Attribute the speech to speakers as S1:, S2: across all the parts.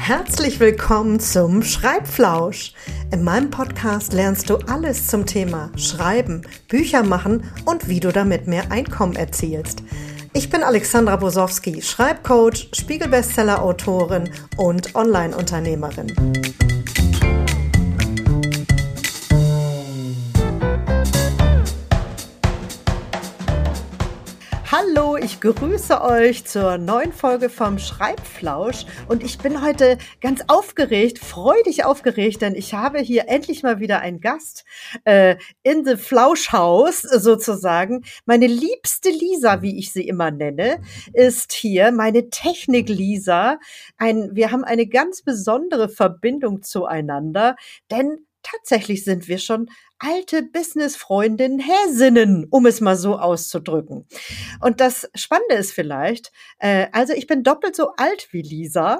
S1: Herzlich willkommen zum Schreibflausch. In meinem Podcast lernst du alles zum Thema Schreiben, Bücher machen und wie du damit mehr Einkommen erzielst. Ich bin Alexandra Bosowski, Schreibcoach, Spiegel-Bestseller-Autorin und Online-Unternehmerin. Hallo, ich grüße euch zur neuen Folge vom Schreibflausch und ich bin heute ganz aufgeregt, freudig aufgeregt, denn ich habe hier endlich mal wieder einen Gast in the Flauschhaus sozusagen. Meine liebste Lisa, wie ich sie immer nenne, ist hier, meine Technik-Lisa. Wir haben eine ganz besondere Verbindung zueinander, denn tatsächlich sind wir schon alte Business-Freundinnen, Häsinnen, um es mal so auszudrücken. Und das Spannende ist vielleicht, also ich bin doppelt so alt wie Lisa.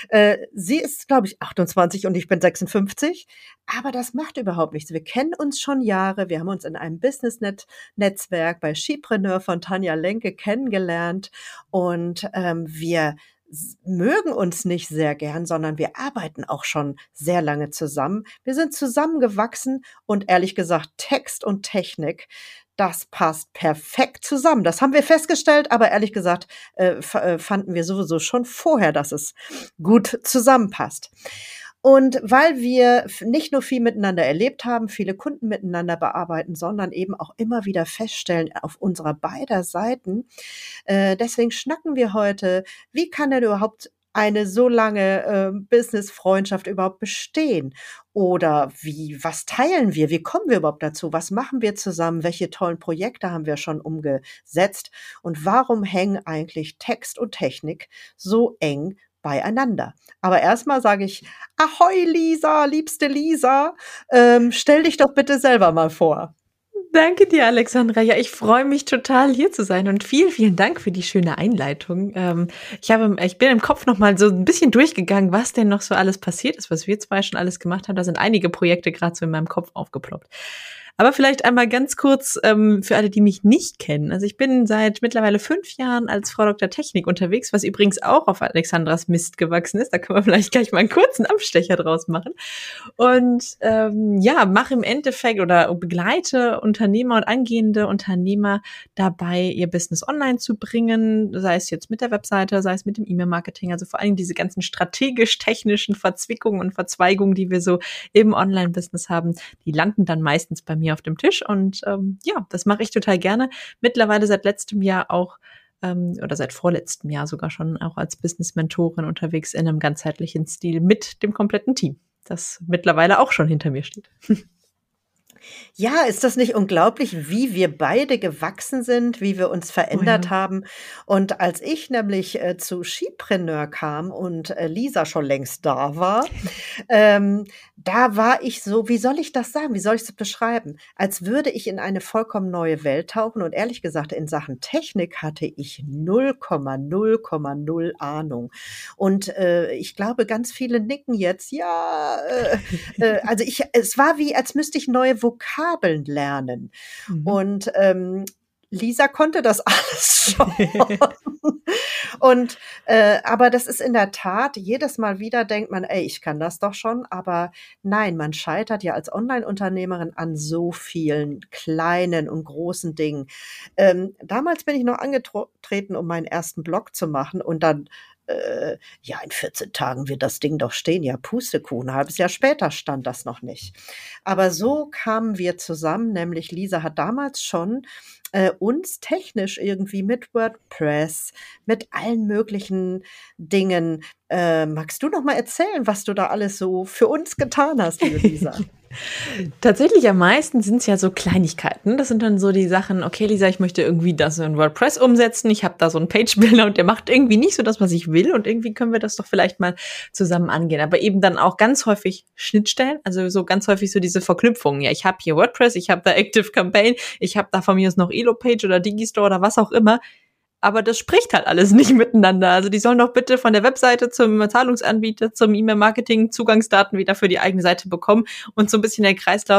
S1: Sie ist, glaube ich, 28 und ich bin 56. Aber das macht überhaupt nichts. Wir kennen uns schon Jahre. Wir haben uns in einem Business-Netzwerk bei Skipreneur von Tanja Lenke kennengelernt. Und wir mögen uns nicht sehr gern, sondern wir arbeiten auch schon sehr lange zusammen. Wir sind zusammengewachsen und ehrlich gesagt, Text und Technik, das passt perfekt zusammen. Das haben wir festgestellt, aber ehrlich gesagt fanden wir sowieso schon vorher, dass es gut zusammenpasst. Und weil wir nicht nur viel miteinander erlebt haben, viele Kunden miteinander bearbeiten, sondern eben auch immer wieder feststellen auf unserer beider Seiten, deswegen schnacken wir heute, wie kann denn überhaupt eine so lange Business-Freundschaft überhaupt bestehen? Oder was teilen wir? Wie kommen wir überhaupt dazu? Was machen wir zusammen? Welche tollen Projekte haben wir schon umgesetzt? Und warum hängen eigentlich Text und Technik so eng beieinander? Aber erstmal sage ich, Ahoi Lisa, liebste Lisa, stell dich doch bitte selber mal vor.
S2: Danke dir, Alexandra. Ja, ich freue mich total, hier zu sein und vielen, vielen Dank für die schöne Einleitung. Ich bin im Kopf noch mal so ein bisschen durchgegangen, was denn noch so alles passiert ist, was wir zwei schon alles gemacht haben. Da sind einige Projekte gerade so in meinem Kopf aufgeploppt. Aber vielleicht einmal ganz kurz für alle, die mich nicht kennen. Also ich bin seit mittlerweile 5 Jahren als Frau Dr. Technik unterwegs, was übrigens auch auf Alexandras Mist gewachsen ist. Da können wir vielleicht gleich mal einen kurzen Abstecher draus machen. Und mache im Endeffekt oder begleite Unternehmer und angehende Unternehmer dabei, ihr Business online zu bringen, sei es jetzt mit der Webseite, sei es mit dem E-Mail-Marketing, also vor allem diese ganzen strategisch-technischen Verzwickungen und Verzweigungen, die wir so im Online-Business haben, die landen dann meistens bei mir auf dem Tisch und das mache ich total gerne. Mittlerweile seit letztem Jahr auch oder seit vorletztem Jahr sogar schon auch als Business-Mentorin unterwegs in einem ganzheitlichen Stil mit dem kompletten Team, das mittlerweile auch schon hinter mir steht.
S1: Ja, ist das nicht unglaublich, wie wir beide gewachsen sind, wie wir uns verändert haben? Und als ich nämlich zu Skipreneur kam und Lisa schon längst da war, da war ich so, wie soll ich das sagen? Wie soll ich es beschreiben? Als würde ich in eine vollkommen neue Welt tauchen. Und ehrlich gesagt, in Sachen Technik hatte ich 0,0,0 Ahnung. Und ich glaube, ganz viele nicken jetzt. Ja, es war wie, als müsste ich neue Vokabeln lernen. Mhm. Und Lisa konnte das alles schon. Und aber das ist in der Tat, jedes Mal wieder denkt man, ich kann das doch schon. Aber nein, man scheitert ja als Online-Unternehmerin an so vielen kleinen und großen Dingen. Damals bin ich noch angetreten, um meinen ersten Blog zu machen und dann in 14 Tagen wird das Ding doch stehen. Ja, Pustekuchen, ein halbes Jahr später stand das noch nicht. Aber so kamen wir zusammen, nämlich Lisa hat damals schon uns technisch irgendwie mit WordPress, mit allen möglichen Dingen. Magst du noch mal erzählen, was du da alles so für uns getan hast, liebe Lisa?
S2: Tatsächlich am meisten sind es ja so Kleinigkeiten. Das sind dann so die Sachen, okay, Lisa, ich möchte irgendwie das in WordPress umsetzen. Ich habe da so einen Page-Builder und der macht irgendwie nicht so das, was ich will. Und irgendwie können wir das doch vielleicht mal zusammen angehen. Aber eben dann auch ganz häufig Schnittstellen, also so ganz häufig so diese Verknüpfungen. Ja, ich habe hier WordPress, ich habe da Active Campaign, ich habe da von mir aus noch Elo-Page oder Digistore oder was auch immer. Aber das spricht halt alles nicht miteinander. Also die sollen doch bitte von der Webseite zum Zahlungsanbieter, zum E-Mail-Marketing Zugangsdaten wieder für die eigene Seite bekommen und so ein bisschen der Kreislauf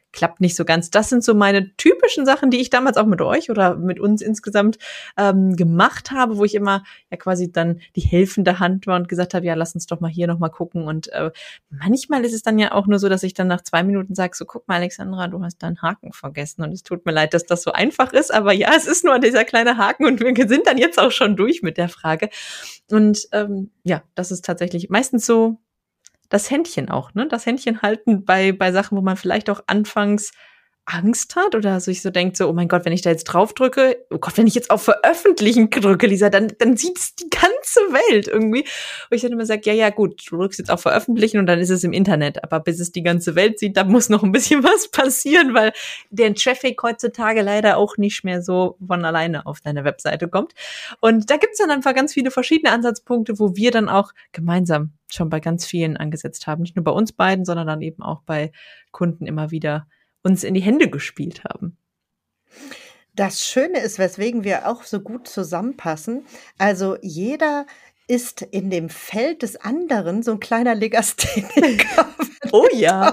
S2: klappt nicht so ganz. Das sind so meine typischen Sachen, die ich damals auch mit euch oder mit uns insgesamt gemacht habe, wo ich immer ja quasi dann die helfende Hand war und gesagt habe, ja, lass uns doch mal hier noch mal gucken. Und manchmal ist es dann ja auch nur so, dass ich dann nach 2 Minuten sage, so guck mal, Alexandra, du hast deinen Haken vergessen. Und es tut mir leid, dass das so einfach ist, aber ja, es ist nur dieser kleine Haken und wir sind dann jetzt auch schon durch mit der Frage. Und ja, das ist tatsächlich meistens so das Händchen auch, ne? Das Händchen halten bei Sachen, wo man vielleicht auch anfangs Angst hat oder sich so denkt, so, oh mein Gott, wenn ich da jetzt drauf drücke, oh Gott, wenn ich jetzt auf Veröffentlichen drücke, Lisa, dann sieht es die ganze Welt irgendwie. Und ich dann immer sage, ja, gut, du drückst jetzt auf Veröffentlichen und dann ist es im Internet. Aber bis es die ganze Welt sieht, da muss noch ein bisschen was passieren, weil der Traffic heutzutage leider auch nicht mehr so von alleine auf deine Webseite kommt. Und da gibt's dann einfach ganz viele verschiedene Ansatzpunkte, wo wir dann auch gemeinsam schon bei ganz vielen angesetzt haben. Nicht nur bei uns beiden, sondern dann eben auch bei Kunden immer wieder uns in die Hände gespielt haben.
S1: Das Schöne ist, weswegen wir auch so gut zusammenpassen, also jeder ist in dem Feld des anderen so ein kleiner Legastheniker.
S2: Oh ja.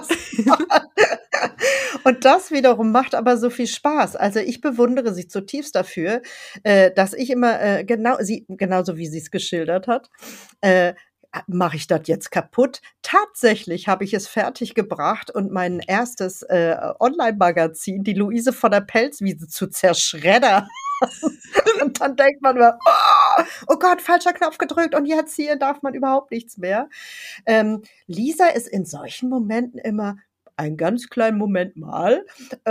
S1: Und das wiederum macht aber so viel Spaß. Also ich bewundere sie zutiefst dafür, dass ich immer genauso wie sie es geschildert hat, mache ich das jetzt kaputt? Tatsächlich habe ich es fertiggebracht und mein erstes Online-Magazin, die Luise von der Pelzwiese, zu zerschreddern. Und dann denkt man immer, oh Gott, falscher Knopf gedrückt und jetzt hier darf man überhaupt nichts mehr. Lisa ist in solchen Momenten immer einen ganz kleinen Moment mal.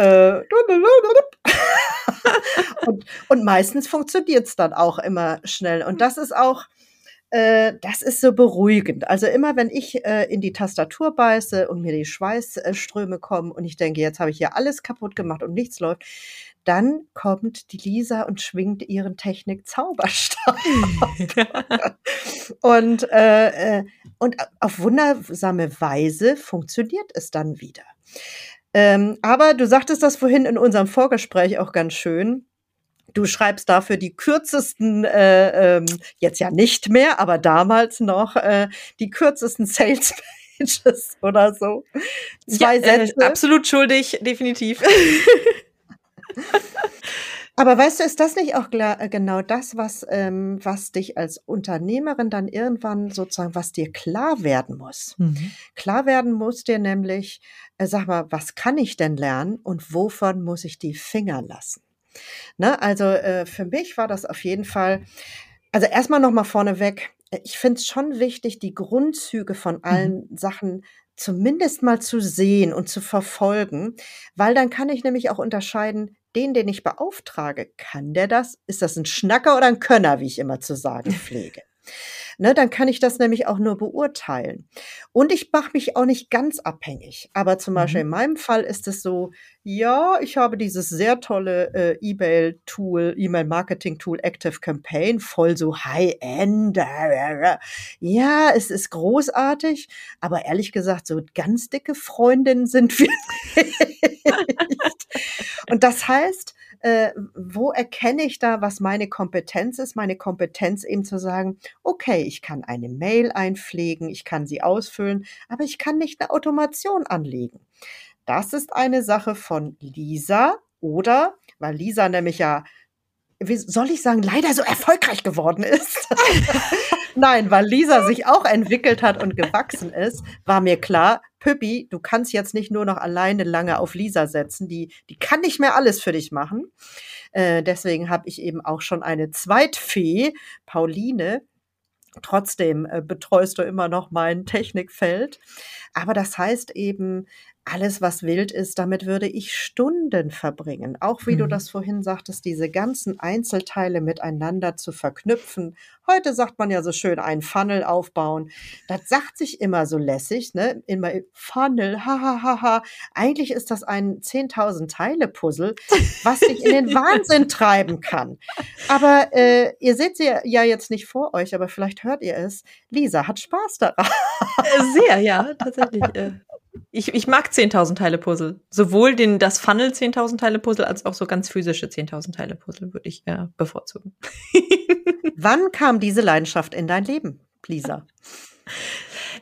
S1: Und meistens funktioniert es dann auch immer schnell. Und das ist auch das ist so beruhigend. Also immer, wenn ich in die Tastatur beiße und mir die Schweißströme kommen und ich denke, jetzt habe ich hier alles kaputt gemacht und nichts läuft, dann kommt die Lisa und schwingt ihren Technik-Zauberstab. und auf wundersame Weise funktioniert es dann wieder. Aber du sagtest das vorhin in unserem Vorgespräch auch ganz schön. Du schreibst dafür die kürzesten, jetzt ja nicht mehr, aber damals noch, die kürzesten Sales Pages oder so. 2 Sätze.
S2: Absolut schuldig, definitiv.
S1: Aber weißt du, ist das nicht auch genau das, was dich als Unternehmerin dann irgendwann sozusagen, was dir klar werden muss?
S2: Mhm.
S1: Klar werden muss dir nämlich, sag mal, was kann ich denn lernen und wovon muss ich die Finger lassen? Ne, also für mich war das auf jeden Fall, also erstmal nochmal vorneweg, ich finde es schon wichtig, die Grundzüge von allen Sachen zumindest mal zu sehen und zu verfolgen, weil dann kann ich nämlich auch unterscheiden, den ich beauftrage, kann der das? Ist das ein Schnacker oder ein Könner, wie ich immer zu sagen pflege? Ne, dann kann ich das nämlich auch nur beurteilen. Und ich mache mich auch nicht ganz abhängig. Aber zum Beispiel in meinem Fall ist es so, ja, ich habe dieses sehr tolle E-Mail-Marketing-Tool Active Campaign, voll so High-End. Ja, es ist großartig, aber ehrlich gesagt, so ganz dicke Freundinnen sind wir nicht. Und das heißt, wo erkenne ich da, was meine Kompetenz ist? Meine Kompetenz eben zu sagen, okay, ich kann eine Mail einpflegen, ich kann sie ausfüllen, aber ich kann nicht eine Automation anlegen. Das ist eine Sache von Lisa oder, weil Lisa nämlich ja, wie soll ich sagen, leider so erfolgreich geworden ist. Nein, weil Lisa sich auch entwickelt hat und gewachsen ist, war mir klar, Püppi, du kannst jetzt nicht nur noch alleine lange auf Lisa setzen, die kann nicht mehr alles für dich machen. Deswegen habe ich eben auch schon eine Zweitfee, Pauline. Trotzdem betreust du immer noch mein Technikfeld. Aber das heißt eben, alles, was wild ist, damit würde ich Stunden verbringen. Auch wie du das vorhin sagtest, diese ganzen Einzelteile miteinander zu verknüpfen. Heute sagt man ja so schön, einen Funnel aufbauen. Das sagt sich immer so lässig, ne? Immer Funnel, hahaha. Eigentlich ist das ein 10.000 Teile Puzzle, was dich in den Wahnsinn treiben kann. Aber ihr seht sie ja jetzt nicht vor euch, aber vielleicht hört ihr es. Lisa hat Spaß daran.
S2: Sehr, ja, tatsächlich. Ich mag 10.000 Teile Puzzle. Sowohl das Funnel 10.000 Teile Puzzle als auch so ganz physische 10.000 Teile Puzzle würde ich bevorzugen.
S1: Wann kam diese Leidenschaft in dein Leben, Lisa?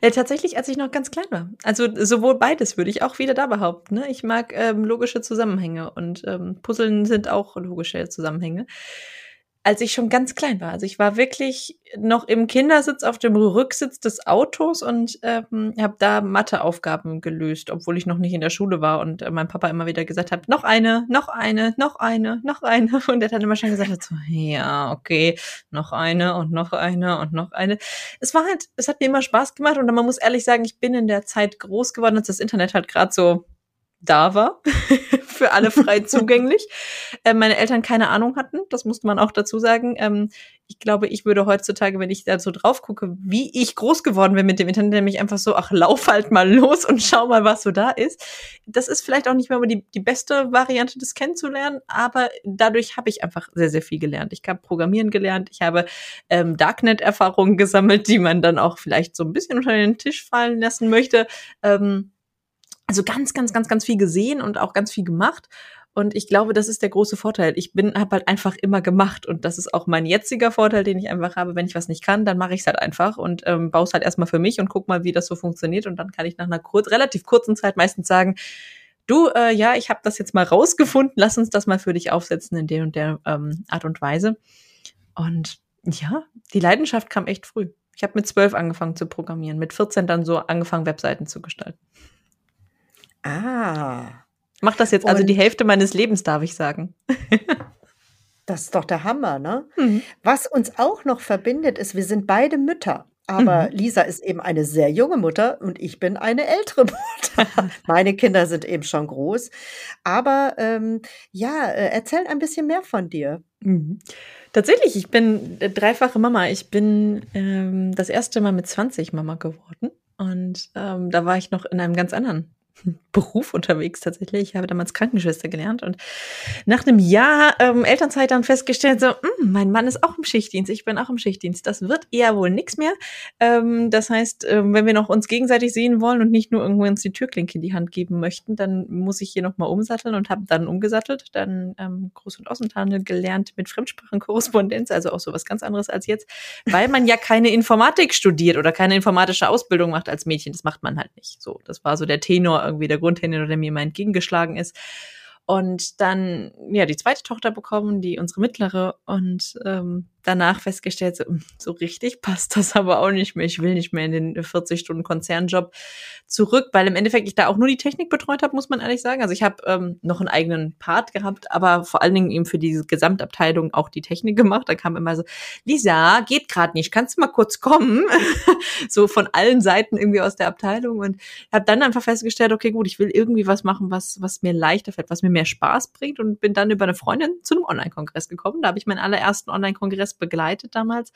S2: Tatsächlich, als ich noch ganz klein war. Also sowohl beides würde ich auch wieder da behaupten. Ne? Ich mag logische Zusammenhänge und Puzzeln sind auch logische Zusammenhänge. Als ich schon ganz klein war. Also ich war wirklich noch im Kindersitz auf dem Rücksitz des Autos und habe da Matheaufgaben gelöst, obwohl ich noch nicht in der Schule war und mein Papa immer wieder gesagt hat, noch eine, noch eine, noch eine, noch eine. Und er dann immer schon gesagt hat, so, ja, okay, noch eine und noch eine und noch eine. Es hat mir immer Spaß gemacht und man muss ehrlich sagen, ich bin in der Zeit groß geworden, als das Internet halt gerade so da war, für alle frei zugänglich. Meine Eltern keine Ahnung hatten, das musste man auch dazu sagen. Ich glaube, ich würde heutzutage, wenn ich da so drauf gucke, wie ich groß geworden bin mit dem Internet, nämlich einfach so, ach, lauf halt mal los und schau mal, was so da ist. Das ist vielleicht auch nicht mehr die beste Variante, das kennenzulernen, aber dadurch habe ich einfach sehr, sehr viel gelernt. Ich habe Programmieren gelernt, ich habe Darknet-Erfahrungen gesammelt, die man dann auch vielleicht so ein bisschen unter den Tisch fallen lassen möchte. Also ganz, ganz, ganz, ganz viel gesehen und auch ganz viel gemacht. Und ich glaube, das ist der große Vorteil. Habe halt einfach immer gemacht. Und das ist auch mein jetziger Vorteil, den ich einfach habe. Wenn ich was nicht kann, dann mache ich es halt einfach und baue es halt erstmal für mich und guck mal, wie das so funktioniert. Und dann kann ich nach einer relativ kurzen Zeit meistens sagen, du, ja, ich habe das jetzt mal rausgefunden. Lass uns das mal für dich aufsetzen in der und der Art und Weise. Und ja, die Leidenschaft kam echt früh. Ich habe mit 12 angefangen zu programmieren, mit 14 dann so angefangen, Webseiten zu gestalten. Mach das jetzt also die Hälfte meines Lebens, darf ich sagen.
S1: Das ist doch der Hammer, ne? Mhm. Was uns auch noch verbindet, ist, wir sind beide Mütter. Aber Lisa ist eben eine sehr junge Mutter und ich bin eine ältere Mutter. Meine Kinder sind eben schon groß. Aber erzähl ein bisschen mehr von dir.
S2: Mhm. Tatsächlich, ich bin dreifache Mama. Ich bin das erste Mal mit 20 Mama geworden. Und da war ich noch in einem ganz anderen Beruf unterwegs tatsächlich. Ich habe damals Krankenschwester gelernt und nach einem Jahr Elternzeit dann festgestellt, so, mein Mann ist auch im Schichtdienst, ich bin auch im Schichtdienst. Das wird eher wohl nichts mehr. Das heißt, wenn wir noch uns gegenseitig sehen wollen und nicht nur irgendwo uns die Türklinke in die Hand geben möchten, dann muss ich hier nochmal umsatteln und habe dann umgesattelt, dann Groß- und Außenhandel gelernt mit Fremdsprachenkorrespondenz, also auch so was ganz anderes als jetzt, weil man ja keine Informatik studiert oder keine informatische Ausbildung macht als Mädchen. Das macht man halt nicht. So, das war so der Tenor, irgendwie der Grundtenor, der mir immer entgegengeschlagen ist. Und dann, ja, die zweite Tochter bekommen, unsere mittlere, und danach festgestellt, so richtig passt das aber auch nicht mehr. Ich will nicht mehr in den 40-Stunden-Konzernjob zurück, weil im Endeffekt ich da auch nur die Technik betreut habe, muss man ehrlich sagen. Also ich habe noch einen eigenen Part gehabt, aber vor allen Dingen eben für diese Gesamtabteilung auch die Technik gemacht. Da kam immer so, Lisa, geht gerade nicht, kannst du mal kurz kommen? So von allen Seiten irgendwie aus der Abteilung, und habe dann einfach festgestellt, okay, gut, ich will irgendwie was machen, was mir leichter fällt, was mir mehr Spaß bringt, und bin dann über eine Freundin zu einem Online-Kongress gekommen. Da habe ich meinen allerersten Online-Kongress begleitet damals,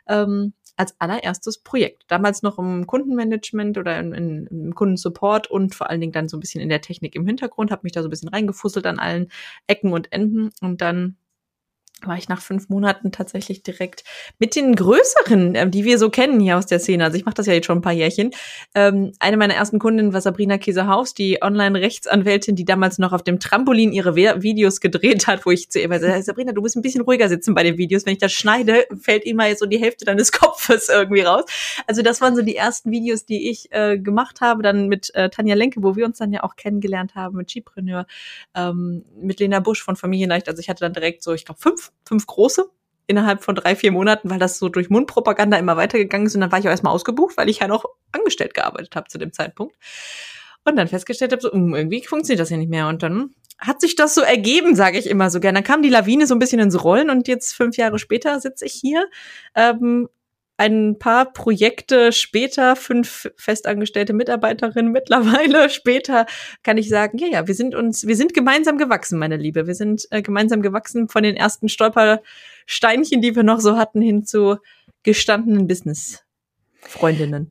S2: als allererstes Projekt. Damals noch im Kundenmanagement oder im Kundensupport und vor allen Dingen dann so ein bisschen in der Technik im Hintergrund, habe mich da so ein bisschen reingefusselt an allen Ecken und Enden, und dann war ich nach 5 Monaten tatsächlich direkt mit den größeren, die wir so kennen hier aus der Szene. Also ich mache das ja jetzt schon ein paar Jährchen. Eine meiner ersten Kundinnen war Sabrina Käsehaus, die Online-Rechtsanwältin, die damals noch auf dem Trampolin ihre Videos gedreht hat, wo ich zu ihr immer sage, Sabrina, du musst ein bisschen ruhiger sitzen bei den Videos. Wenn ich das schneide, fällt immer jetzt so die Hälfte deines Kopfes irgendwie raus. Also das waren so die ersten Videos, die ich gemacht habe. Dann mit Tanja Lenke, wo wir uns dann ja auch kennengelernt haben, mit Skipreneur, mit Lena Busch von Familienleicht. Also ich hatte dann direkt so, ich glaube, 5 große innerhalb von 3-4 Monaten, weil das so durch Mundpropaganda immer weitergegangen ist. Und dann war ich auch erstmal ausgebucht, weil ich ja noch angestellt gearbeitet habe zu dem Zeitpunkt. Und dann festgestellt habe, so, irgendwie funktioniert das ja nicht mehr. Und dann hat sich das so ergeben, sage ich immer so gerne. Dann kam die Lawine so ein bisschen ins Rollen, und jetzt 5 Jahre später sitze ich hier. Ein paar Projekte später, 5 festangestellte Mitarbeiterinnen mittlerweile später, kann ich sagen, ja, wir sind gemeinsam gewachsen, meine Liebe. Wir sind gemeinsam gewachsen von den ersten Stolpersteinchen, die wir noch so hatten, hin zu gestandenen Business-Freundinnen.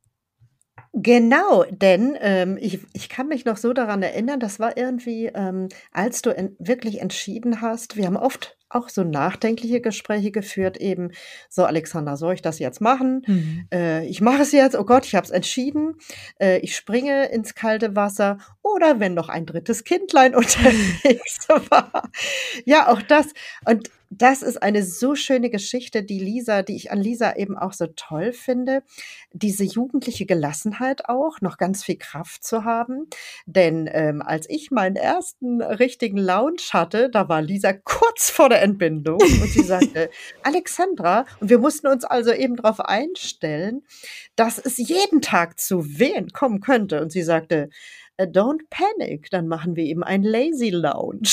S1: Genau, denn ich kann mich noch so daran erinnern, das war irgendwie, als du wirklich entschieden hast, wir haben oft auch so nachdenkliche Gespräche geführt, eben so, Alexandra, soll ich das jetzt machen? Ich mache es jetzt, oh Gott, ich habe es entschieden, ich springe ins kalte Wasser, oder wenn noch ein drittes Kindlein unterwegs war. Ja, auch das. Und Das ist eine so schöne Geschichte, die ich an Lisa eben auch so toll finde. Diese jugendliche Gelassenheit auch, noch ganz viel Kraft zu haben. Denn als ich meinen ersten richtigen Lounge hatte, da war Lisa kurz vor der Entbindung und sie sagte, Alexandra, und wir mussten uns also eben darauf einstellen, dass es jeden Tag zu Wehen kommen könnte. Und sie sagte, don't panic, dann machen wir eben ein Lazy Lounge.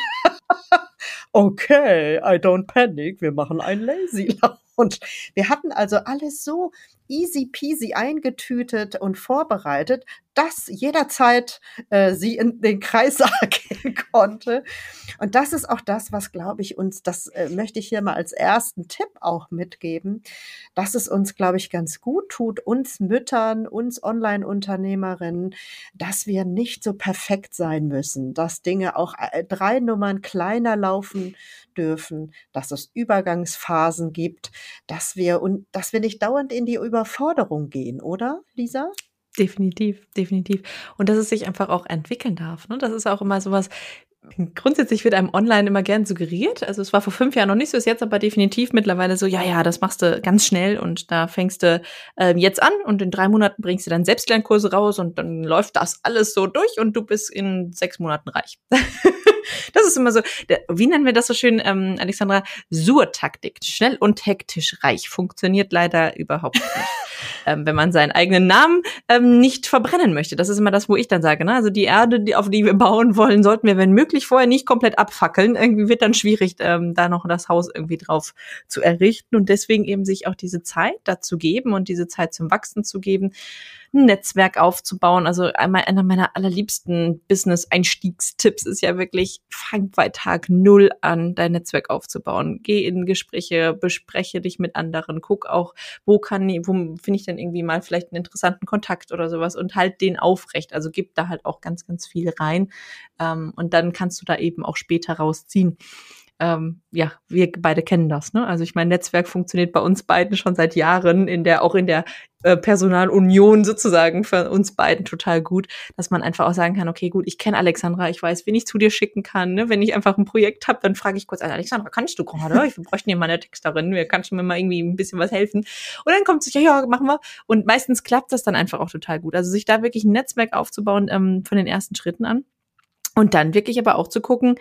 S1: Okay, I don't panic, wir machen ein Lazy Lounge. Wir hatten also alles so easy peasy eingetütet und vorbereitet, dass jederzeit sie in den Kreissaal gehen konnte. Und das ist auch das, was, glaube ich, das möchte ich hier mal als ersten Tipp auch mitgeben, dass es uns, glaube ich, ganz gut tut, uns Müttern, uns Online-Unternehmerinnen, dass wir nicht so perfekt sein müssen, dass Dinge auch 3 Nummern kleiner laufen dürfen, dass es Übergangsphasen gibt, dass wir nicht dauernd in die Überforderung gehen, oder, Lisa?
S2: Definitiv, definitiv. Und dass es sich einfach auch entwickeln darf. Ne? Das ist auch immer sowas. Grundsätzlich wird einem online immer gern suggeriert. Also es war vor 5 Jahren noch nicht so, ist jetzt aber definitiv mittlerweile so, ja, das machst du ganz schnell und da fängst du jetzt an und in 3 Monaten bringst du dann Selbstlernkurse raus und dann läuft das alles so durch und du bist in 6 Monaten reich. Das ist immer so, wie nennen wir das so schön, Alexandra? Sur-Taktik. Schnell und hektisch reich. Funktioniert leider überhaupt nicht. Wenn man seinen eigenen Namen nicht verbrennen möchte. Das ist immer das, wo ich dann sage, ne? Also die Erde, auf die wir bauen wollen, sollten wir, wenn möglich, vorher nicht komplett abfackeln. Irgendwie wird dann schwierig, da noch das Haus irgendwie drauf zu errichten. Und deswegen eben sich auch diese Zeit dazu geben und diese Zeit zum Wachsen zu geben, ein Netzwerk aufzubauen. Also einer meiner allerliebsten Business-Einstiegstipps ist ja wirklich, fang bei Tag 0 an, dein Netzwerk aufzubauen. Geh in Gespräche, bespreche dich mit anderen, guck auch, wo finde ich denn irgendwie mal vielleicht einen interessanten Kontakt oder sowas und halt den aufrecht. Also gib da halt auch ganz, ganz viel rein. Und dann kannst du da eben auch später rausziehen. Ja, wir beide kennen das, ne? Also ich meine, Netzwerk funktioniert bei uns beiden schon seit Jahren auch in der Personalunion sozusagen für uns beiden total gut, dass man einfach auch sagen kann, okay, gut, ich kenne Alexandra, ich weiß, wen ich zu dir schicken kann, ne? Wenn ich einfach ein Projekt habe, dann frage ich kurz an Alexandra, kannst du gerade? Ich bräuchte hier mal eine Texterin, kannst du mir mal irgendwie ein bisschen was helfen? Und dann kommt sicher, ja, machen wir. Und meistens klappt das dann einfach auch total gut. Also sich da wirklich ein Netzwerk aufzubauen von den ersten Schritten an und dann wirklich aber auch zu gucken,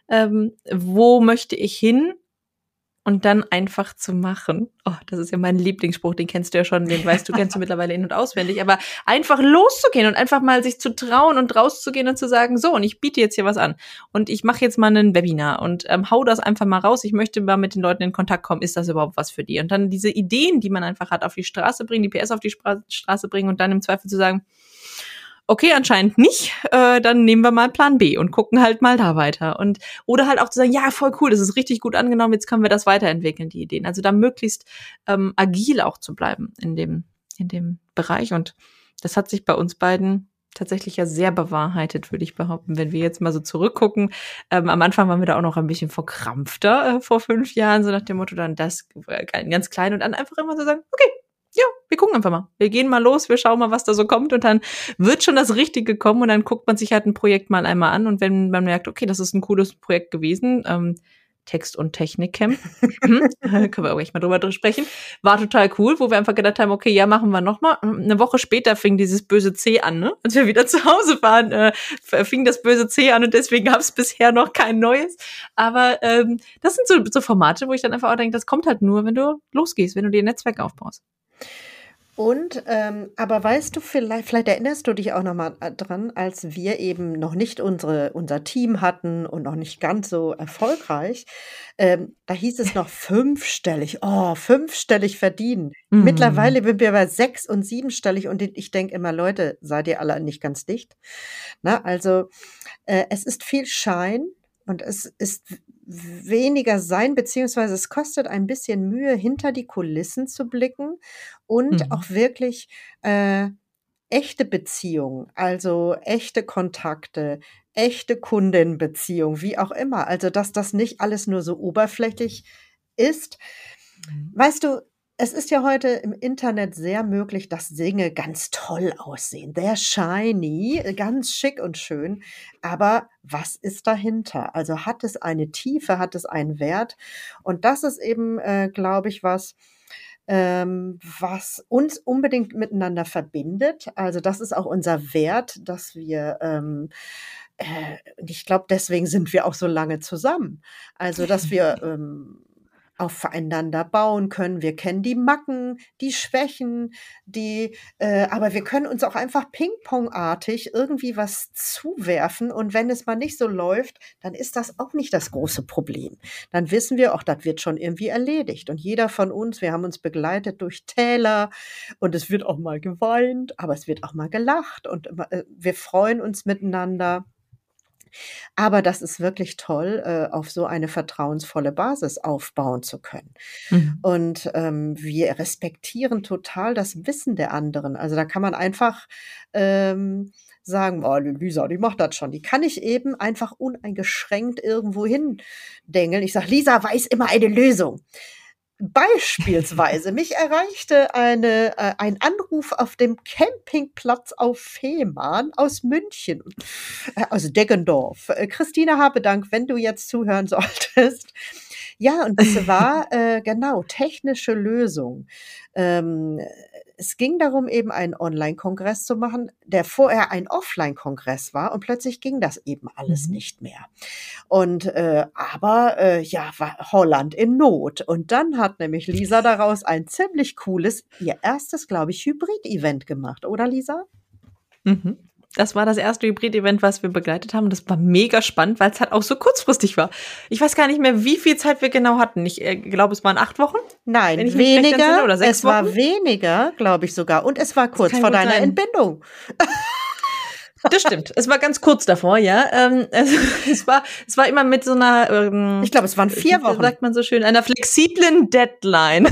S2: wo möchte ich hin und dann einfach zu machen. Oh, das ist ja mein Lieblingsspruch, den kennst du ja schon, kennst du mittlerweile in- und auswendig, aber einfach loszugehen und einfach mal sich zu trauen und rauszugehen und zu sagen, so, und ich biete jetzt hier was an und ich mache jetzt mal ein Webinar und hau das einfach mal raus, ich möchte mal mit den Leuten in Kontakt kommen, ist das überhaupt was für die? Und dann diese Ideen, die man einfach hat, auf die Straße bringen, die PS auf die Straße bringen und dann im Zweifel zu sagen, okay, anscheinend nicht, dann nehmen wir mal Plan B und gucken halt mal da weiter. Oder halt auch zu sagen, ja, voll cool, das ist richtig gut angenommen, jetzt können wir das weiterentwickeln, die Ideen. Also da möglichst agil auch zu bleiben in dem Bereich. Und das hat sich bei uns beiden tatsächlich ja sehr bewahrheitet, würde ich behaupten, wenn wir jetzt mal so zurückgucken. Am Anfang waren wir da auch noch ein bisschen verkrampfter vor 5 Jahren, so nach dem Motto, dann das ganz klein und dann einfach immer so sagen, okay, ja, wir gucken einfach mal. Wir gehen mal los, wir schauen mal, was da so kommt und dann wird schon das Richtige kommen und dann guckt man sich halt ein Projekt mal einmal an und wenn man merkt, okay, das ist ein cooles Projekt gewesen, Text- und Technikcamp, können wir auch echt mal drüber sprechen, war total cool, wo wir einfach gedacht haben, okay, ja, machen wir nochmal. Eine Woche später fing dieses böse C an, ne? Als wir wieder zu Hause waren, fing das böse C an und deswegen gab es bisher noch kein neues. Aber das sind so Formate, wo ich dann einfach auch denke, das kommt halt nur, wenn du losgehst, wenn du dir ein Netzwerk aufbaust.
S1: Und, aber weißt du, vielleicht erinnerst du dich auch noch mal dran, als wir eben noch nicht unser Team hatten und noch nicht ganz so erfolgreich, da hieß es noch fünfstellig verdienen. Mittlerweile sind wir bei 6- und 7-stellig und ich denke immer, Leute, seid ihr alle nicht ganz dicht? Na, also es ist viel Schein und es ist weniger sein, beziehungsweise es kostet ein bisschen Mühe, hinter die Kulissen zu blicken und auch wirklich echte Beziehungen, also echte Kontakte, echte Kundenbeziehungen, wie auch immer. Also dass das nicht alles nur so oberflächlich ist. Weißt du, Es ist ja heute im Internet sehr möglich, dass Dinge ganz toll aussehen. They're shiny, ganz schick und schön. Aber was ist dahinter? Also hat es eine Tiefe, hat es einen Wert? Und das ist eben, glaube ich, was uns unbedingt miteinander verbindet. Also das ist auch unser Wert, dass wir, und ich glaube, deswegen sind wir auch so lange zusammen. Also, dass wir aufeinander bauen können. Wir kennen die Macken, die Schwächen, aber wir können uns auch einfach pingpongartig irgendwie was zuwerfen. Und wenn es mal nicht so läuft, dann ist das auch nicht das große Problem. Dann wissen wir, auch das wird schon irgendwie erledigt. Und jeder von uns, wir haben uns begleitet durch Täler und es wird auch mal geweint, aber es wird auch mal gelacht und wir freuen uns miteinander. Aber das ist wirklich toll, auf so eine vertrauensvolle Basis aufbauen zu können.
S2: Mhm.
S1: Und, wir respektieren total das Wissen der anderen. Also, da kann man einfach, sagen: „Oh, die Lisa, die macht das schon.“ Die kann ich eben einfach uneingeschränkt irgendwo hindengeln. Ich sage: „Lisa weiß immer eine Lösung.“ Beispielsweise, mich erreichte ein Anruf auf dem Campingplatz auf Fehmarn aus München, aus Deggendorf. Christine Habedank, wenn du jetzt zuhören solltest. Ja, und es war, genau, technische Lösung. Ähm, Es ging darum, eben einen Online-Kongress zu machen, der vorher ein Offline-Kongress war und plötzlich ging das eben alles
S2: Mhm.
S1: nicht mehr. Und, ja, war Holland in Not. Und dann hat nämlich Lisa daraus ein ziemlich cooles, ihr erstes, glaube ich, Hybrid-Event gemacht, oder Lisa?
S2: Mhm. Das war das erste Hybrid-Event, was wir begleitet haben. Das war mega spannend, weil es halt auch so kurzfristig war. Ich weiß gar nicht mehr, wie viel Zeit wir genau hatten. Ich glaube, es waren 8 Wochen, wenn
S1: Nein,
S2: ich mich recht entsinne,
S1: weniger.
S2: oder 6
S1: Es
S2: Wochen.
S1: war weniger, glaube ich sogar. Und es war
S2: Das
S1: kurz
S2: kann
S1: vor
S2: gut
S1: deiner
S2: sein.
S1: Entbindung.
S2: Das stimmt. Es war ganz kurz davor, ja. Es war immer mit so einer,
S1: Ich glaube, es waren 4
S2: wie
S1: Wochen.
S2: sagt man so schön, einer flexiblen Deadline.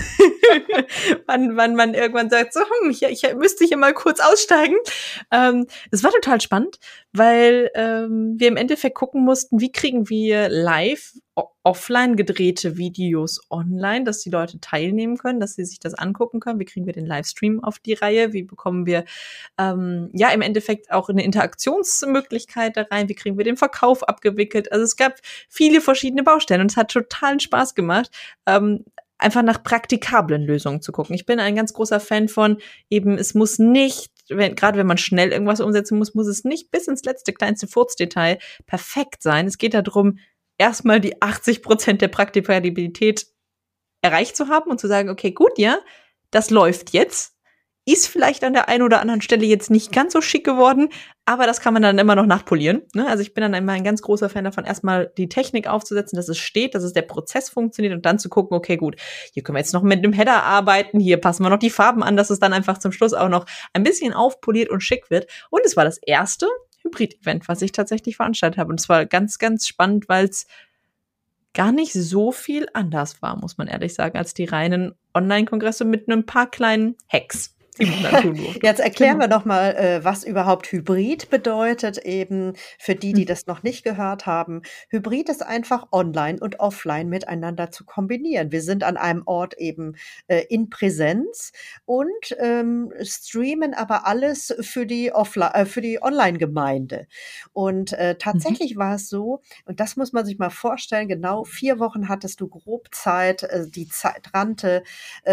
S2: wann man irgendwann sagt, so, ich müsste hier mal kurz aussteigen. Es war total spannend, weil wir im Endeffekt gucken mussten, wie kriegen wir live offline gedrehte Videos online, dass die Leute teilnehmen können, dass sie sich das angucken können. Wie kriegen wir den Livestream auf die Reihe? Wie bekommen wir ja im Endeffekt auch eine Interaktionsmöglichkeit da rein? Wie kriegen wir den Verkauf abgewickelt? Also es gab viele verschiedene Baustellen und es hat totalen Spaß gemacht, einfach nach praktikablen Lösungen zu gucken. Ich bin ein ganz großer Fan von eben, es muss nicht, gerade wenn man schnell irgendwas umsetzen muss, muss es nicht bis ins letzte kleinste Furzdetail perfekt sein. Es geht darum, erstmal die 80% der Praktikabilität erreicht zu haben und zu sagen, okay, gut, ja, das läuft jetzt. Ist vielleicht an der einen oder anderen Stelle jetzt nicht ganz so schick geworden, aber das kann man dann immer noch nachpolieren. Ne? Also ich bin dann immer ein ganz großer Fan davon, erstmal die Technik aufzusetzen, dass es steht, dass es der Prozess funktioniert und dann zu gucken, okay, gut, hier können wir jetzt noch mit dem Header arbeiten, hier passen wir noch die Farben an, dass es dann einfach zum Schluss auch noch ein bisschen aufpoliert und schick wird. Und es war das erste Hybrid-Event, was ich tatsächlich veranstaltet habe. Und es war ganz, ganz spannend, weil es gar nicht so viel anders war, muss man ehrlich sagen, als die reinen Online-Kongresse mit ein paar kleinen Hacks, die man dann tun durfte.
S1: Jetzt erklären
S2: Genau.
S1: wir doch mal, was überhaupt Hybrid bedeutet, eben für die
S2: Mhm.
S1: das noch nicht gehört haben. Hybrid ist einfach online und offline miteinander zu kombinieren. Wir sind an einem Ort eben, in Präsenz und, streamen aber alles für die Online-Gemeinde. Und,
S2: Mhm.
S1: tatsächlich war es so, und das muss man sich mal vorstellen, genau 4 Wochen hattest du grob Zeit, die Zeit rannte,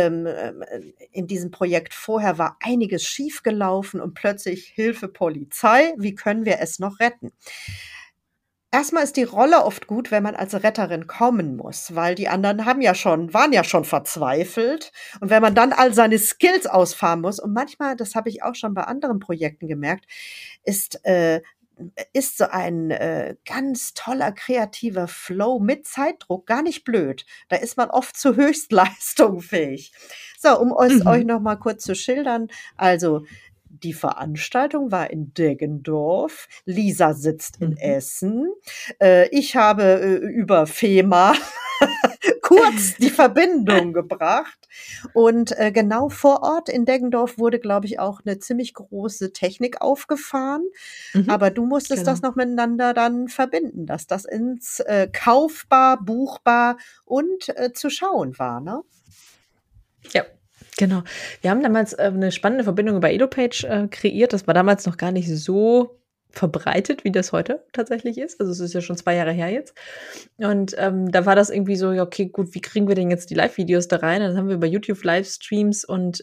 S1: in diesem Projekt vorher war einiges schiefgelaufen und plötzlich Hilfe Polizei, wie können wir es noch retten? Erstmal ist die Rolle oft gut, wenn man als Retterin kommen muss, weil die anderen waren ja schon verzweifelt. Und wenn man dann all seine Skills ausfahren muss und manchmal, das habe ich auch schon bei anderen Projekten gemerkt, ist, äh ist so ein, ganz toller kreativer Flow mit Zeitdruck gar nicht blöd. Da ist man oft zu Höchstleistung fähig. So, um es euch
S2: Mhm.
S1: noch mal kurz zu schildern, also, die Veranstaltung war in Deggendorf. Lisa sitzt in
S2: Mhm.
S1: Essen. Ich habe, über Fehmarn kurz die Verbindung gebracht. Und, genau vor Ort in Deggendorf wurde, glaube ich, auch eine ziemlich große Technik aufgefahren.
S2: Mhm.
S1: Aber du musstest das
S2: Genau.
S1: noch miteinander dann verbinden, dass das ins, kaufbar, buchbar und, zu schauen war, ne?
S2: Ja. Genau. Wir haben damals eine spannende Verbindung über Elopage kreiert. Das war damals noch gar nicht so verbreitet, wie das heute tatsächlich ist. Also es ist ja schon 2 Jahre her jetzt. Und da war das irgendwie so, ja, okay, gut, wie kriegen wir denn jetzt die Live-Videos da rein? Dann haben wir über YouTube Livestreams und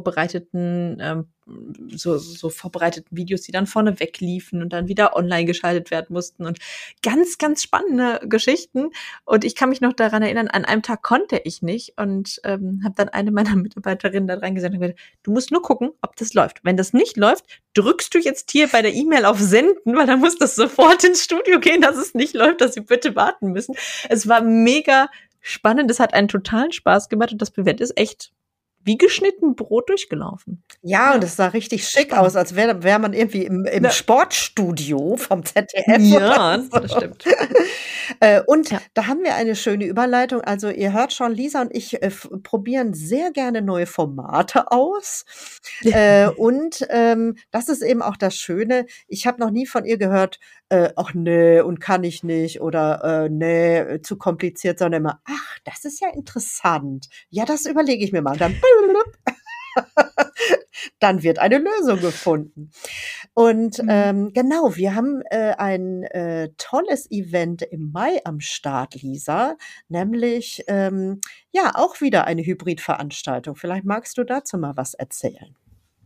S2: so vorbereiteten Videos, die dann vorne wegliefen und dann wieder online geschaltet werden mussten und ganz, ganz spannende Geschichten. Und ich kann mich noch daran erinnern, an einem Tag konnte ich nicht und habe dann eine meiner Mitarbeiterinnen da reingesetzt und gesagt, du musst nur gucken, ob das läuft. Wenn das nicht läuft, drückst du jetzt hier bei der E-Mail auf Senden, weil dann muss das sofort ins Studio gehen, dass es nicht läuft, dass sie bitte warten müssen. Es war mega spannend, es hat einen totalen Spaß gemacht und das Event ist echt wie geschnitten Brot durchgelaufen.
S1: Ja, und es sah richtig schick
S2: Spannend.
S1: aus, als wär man irgendwie im
S2: Ja.
S1: Sportstudio vom ZDF
S2: Ja,
S1: oder so.
S2: das stimmt.
S1: Und
S2: Ja.
S1: da haben wir eine schöne Überleitung. Also ihr hört schon, Lisa und ich probieren sehr gerne neue Formate aus. Und das ist eben auch das Schöne. Ich habe noch nie von ihr gehört, ach nee, und kann ich nicht oder nee, zu kompliziert, sondern immer, ach, das ist ja interessant. Ja, das überlege ich mir mal. Dann dann wird eine Lösung gefunden. Und genau, wir haben ein tolles Event im Mai am Start, Lisa, nämlich ja auch wieder eine Hybridveranstaltung. Vielleicht magst du dazu mal was erzählen.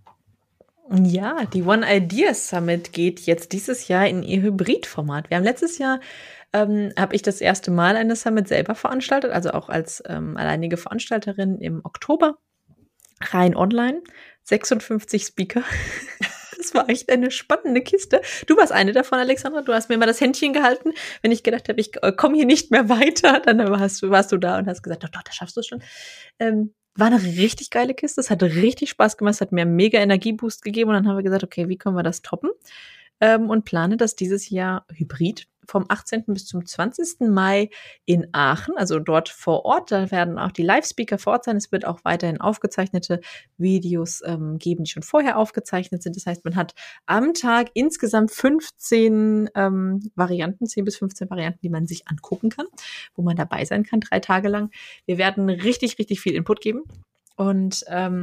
S2: Ja, die One Idea Summit geht jetzt dieses Jahr in ihr Hybridformat. Wir haben letztes Jahr, habe ich das erste Mal eine Summit selber veranstaltet, also auch als alleinige Veranstalterin im Oktober, rein online, 56 Speaker. Das war echt eine spannende Kiste. Du warst eine davon, Alexandra. Du hast mir immer das Händchen gehalten, wenn ich gedacht habe, ich komme hier nicht mehr weiter. Dann warst du da und hast gesagt, doch, das schaffst du schon. War eine richtig geile Kiste. Es hat richtig Spaß gemacht. Es hat mir einen mega Energieboost gegeben. Und dann haben wir gesagt, okay, wie können wir das toppen? Und plane das dieses Jahr hybrid vom 18. bis zum 20. Mai in Aachen, also dort vor Ort. Da werden auch die Live-Speaker vor Ort sein. Es wird auch weiterhin aufgezeichnete Videos geben, die schon vorher aufgezeichnet sind. Das heißt, man hat am Tag insgesamt 15 Varianten, 10 bis 15 Varianten, die man sich angucken kann, wo man dabei sein kann, 3 Tage lang. Wir werden richtig, richtig viel Input geben. Und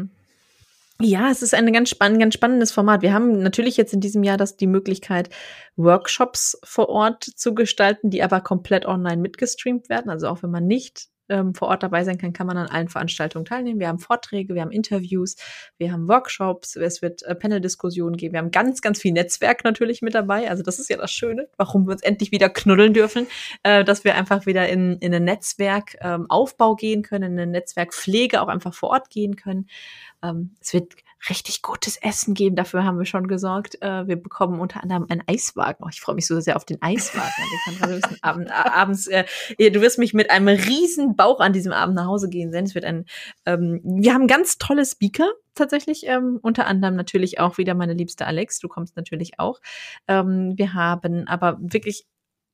S2: ja, es ist ein ganz spannendes Format. Wir haben natürlich jetzt in diesem Jahr die Möglichkeit, Workshops vor Ort zu gestalten, die aber komplett online mitgestreamt werden. Also auch wenn man nicht vor Ort dabei sein kann, kann man an allen Veranstaltungen teilnehmen. Wir haben Vorträge, wir haben Interviews, wir haben Workshops, es wird Panel-Diskussionen geben. Wir haben ganz, ganz viel Netzwerk natürlich mit dabei. Also das ist ja das Schöne, warum wir uns endlich wieder knuddeln dürfen, dass wir einfach wieder in einen Netzwerkaufbau gehen können, in eine Netzwerkpflege auch einfach vor Ort gehen können. Es wird richtig gutes Essen geben, dafür haben wir schon gesorgt. Wir bekommen unter anderem einen Eiswagen. Oh, ich freue mich so sehr auf den Eiswagen, Alexandra. Wir müssen abends, du wirst mich mit einem riesen Bauch an diesem Abend nach Hause gehen sehen. Es wird wir haben ganz tolle Speaker tatsächlich, unter anderem natürlich auch wieder meine liebste Alex. Du kommst natürlich auch. Wir haben aber wirklich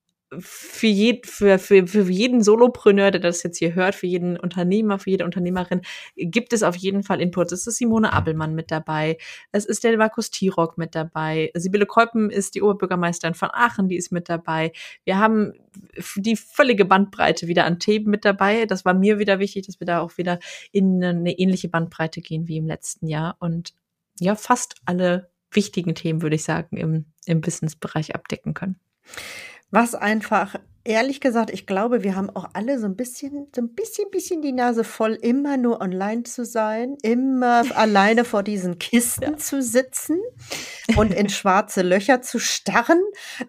S2: für jeden Solopreneur, der das jetzt hier hört, für jeden Unternehmer, für jede Unternehmerin, gibt es auf jeden Fall Inputs. Es ist Simone Abelmann mit dabei. Es ist der Markus Tirock mit dabei. Sibylle Keupen ist die Oberbürgermeisterin von Aachen, die ist mit dabei. Wir haben die völlige Bandbreite wieder an Themen mit dabei. Das war mir wieder wichtig, dass wir da auch wieder in eine ähnliche Bandbreite gehen wie im letzten Jahr und ja, fast alle wichtigen Themen, würde ich sagen, im Businessbereich abdecken können.
S1: Was einfach, ehrlich gesagt, ich glaube, wir haben auch alle so ein bisschen die Nase voll, immer nur online zu sein, immer alleine vor diesen Kisten zu sitzen und in schwarze Löcher zu starren,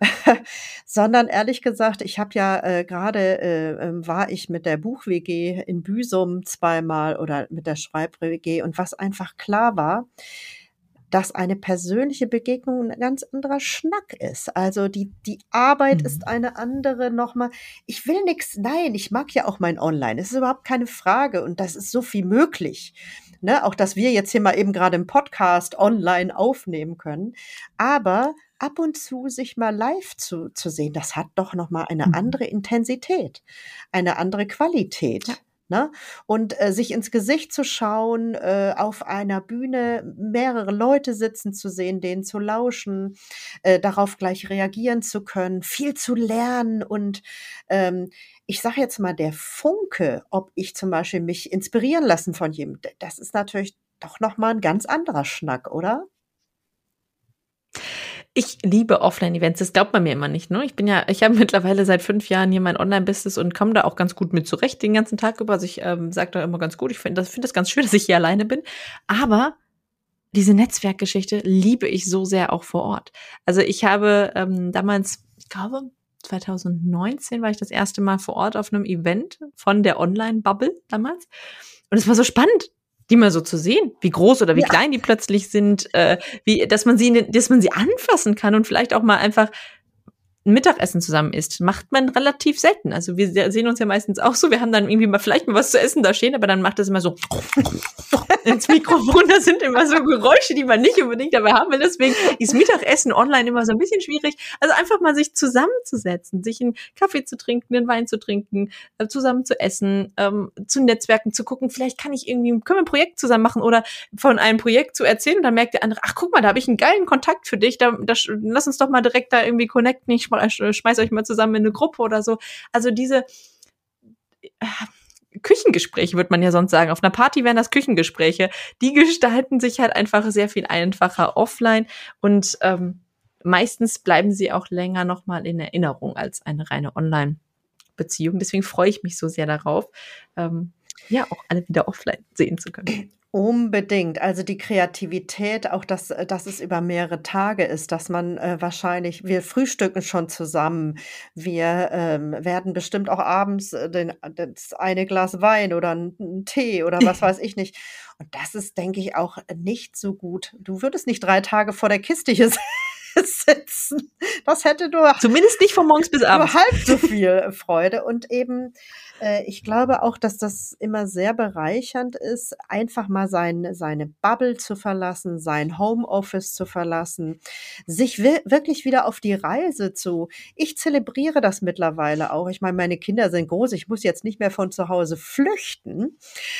S1: sondern ehrlich gesagt, ich habe ja gerade war ich mit der Buch-WG in Büsum zweimal oder mit der Schreib-WG und was einfach klar war, dass eine persönliche Begegnung ein ganz anderer Schnack ist. Also die Arbeit ist eine andere nochmal. Ich will nix, nein, ich mag ja auch mein Online. Es ist überhaupt keine Frage und das ist so viel möglich. Ne? Auch, dass wir jetzt hier mal eben gerade im Podcast online aufnehmen können. Aber ab und zu sich mal live zu sehen, das hat doch nochmal eine andere Intensität, eine andere Qualität. Ja. Ne? Und sich ins Gesicht zu schauen, auf einer Bühne mehrere Leute sitzen zu sehen, denen zu lauschen, darauf gleich reagieren zu können, viel zu lernen und ich sage jetzt mal, der Funke, ob ich zum Beispiel mich inspirieren lassen von jemandem, das ist natürlich doch noch mal 'n ganz anderer Schnack, oder?
S2: Ich liebe Offline-Events, das glaubt man mir immer nicht, ne? Ich habe mittlerweile seit 5 Jahren hier mein Online-Business und komme da auch ganz gut mit zurecht den ganzen Tag über. Also, ich, sage da immer ganz gut, ich finde das ganz schön, dass ich hier alleine bin. Aber diese Netzwerkgeschichte liebe ich so sehr auch vor Ort. Also, ich habe, damals, ich glaube, 2019 war ich das erste Mal vor Ort auf einem Event von der Online-Bubble damals. Und es war so spannend, die mal so zu sehen, wie groß oder wie
S1: Ja.
S2: klein die plötzlich sind, wie dass man sie anfassen kann und vielleicht auch mal einfach 'n Mittagessen zusammen isst. Macht man relativ selten. Also, wir sehen uns ja meistens auch so, wir haben dann irgendwie mal vielleicht mal was zu essen da stehen, aber dann macht das immer so ins Mikrofon. Das sind immer so Geräusche, die man nicht unbedingt dabei haben will. Deswegen ist Mittagessen online immer so ein bisschen schwierig. Also, einfach mal sich zusammenzusetzen, sich einen Kaffee zu trinken, einen Wein zu trinken, zusammen zu essen, zu netzwerken, zu gucken, vielleicht können wir ein Projekt zusammen machen oder von einem Projekt zu erzählen und dann merkt der andere, ach, guck mal, da habe ich einen geilen Kontakt für dich, lass uns doch mal direkt da irgendwie connecten, ich schmeiß euch mal zusammen in eine Gruppe oder so. Also diese Küchengespräche, würde man ja sonst sagen. Auf einer Party wären das Küchengespräche. Die gestalten sich halt einfach sehr viel einfacher offline und meistens bleiben sie auch länger nochmal in Erinnerung als eine reine Online-Beziehung. Deswegen freue ich mich so sehr darauf, ja, auch alle wieder offline sehen zu können.
S1: Unbedingt. Also die Kreativität, auch dass es über mehrere Tage ist, dass man, wahrscheinlich wir frühstücken schon zusammen. Wir, werden bestimmt auch abends, das eine Glas Wein oder 'n Tee oder was weiß ich nicht. Und das ist, denke ich, auch nicht so gut. Du würdest nicht 3 Tage vor der Kiste hier sitzen. Das hätte nur
S2: Zumindest nicht von morgens bis
S1: nur
S2: abends.
S1: halb so viel Freude und eben, ich glaube auch, dass das immer sehr bereichernd ist, einfach mal seine Bubble zu verlassen, sein Homeoffice zu verlassen, sich wirklich wieder auf die Reise zu ich zelebriere das mittlerweile auch. Ich meine, meine Kinder sind groß, ich muss jetzt nicht mehr von zu Hause flüchten,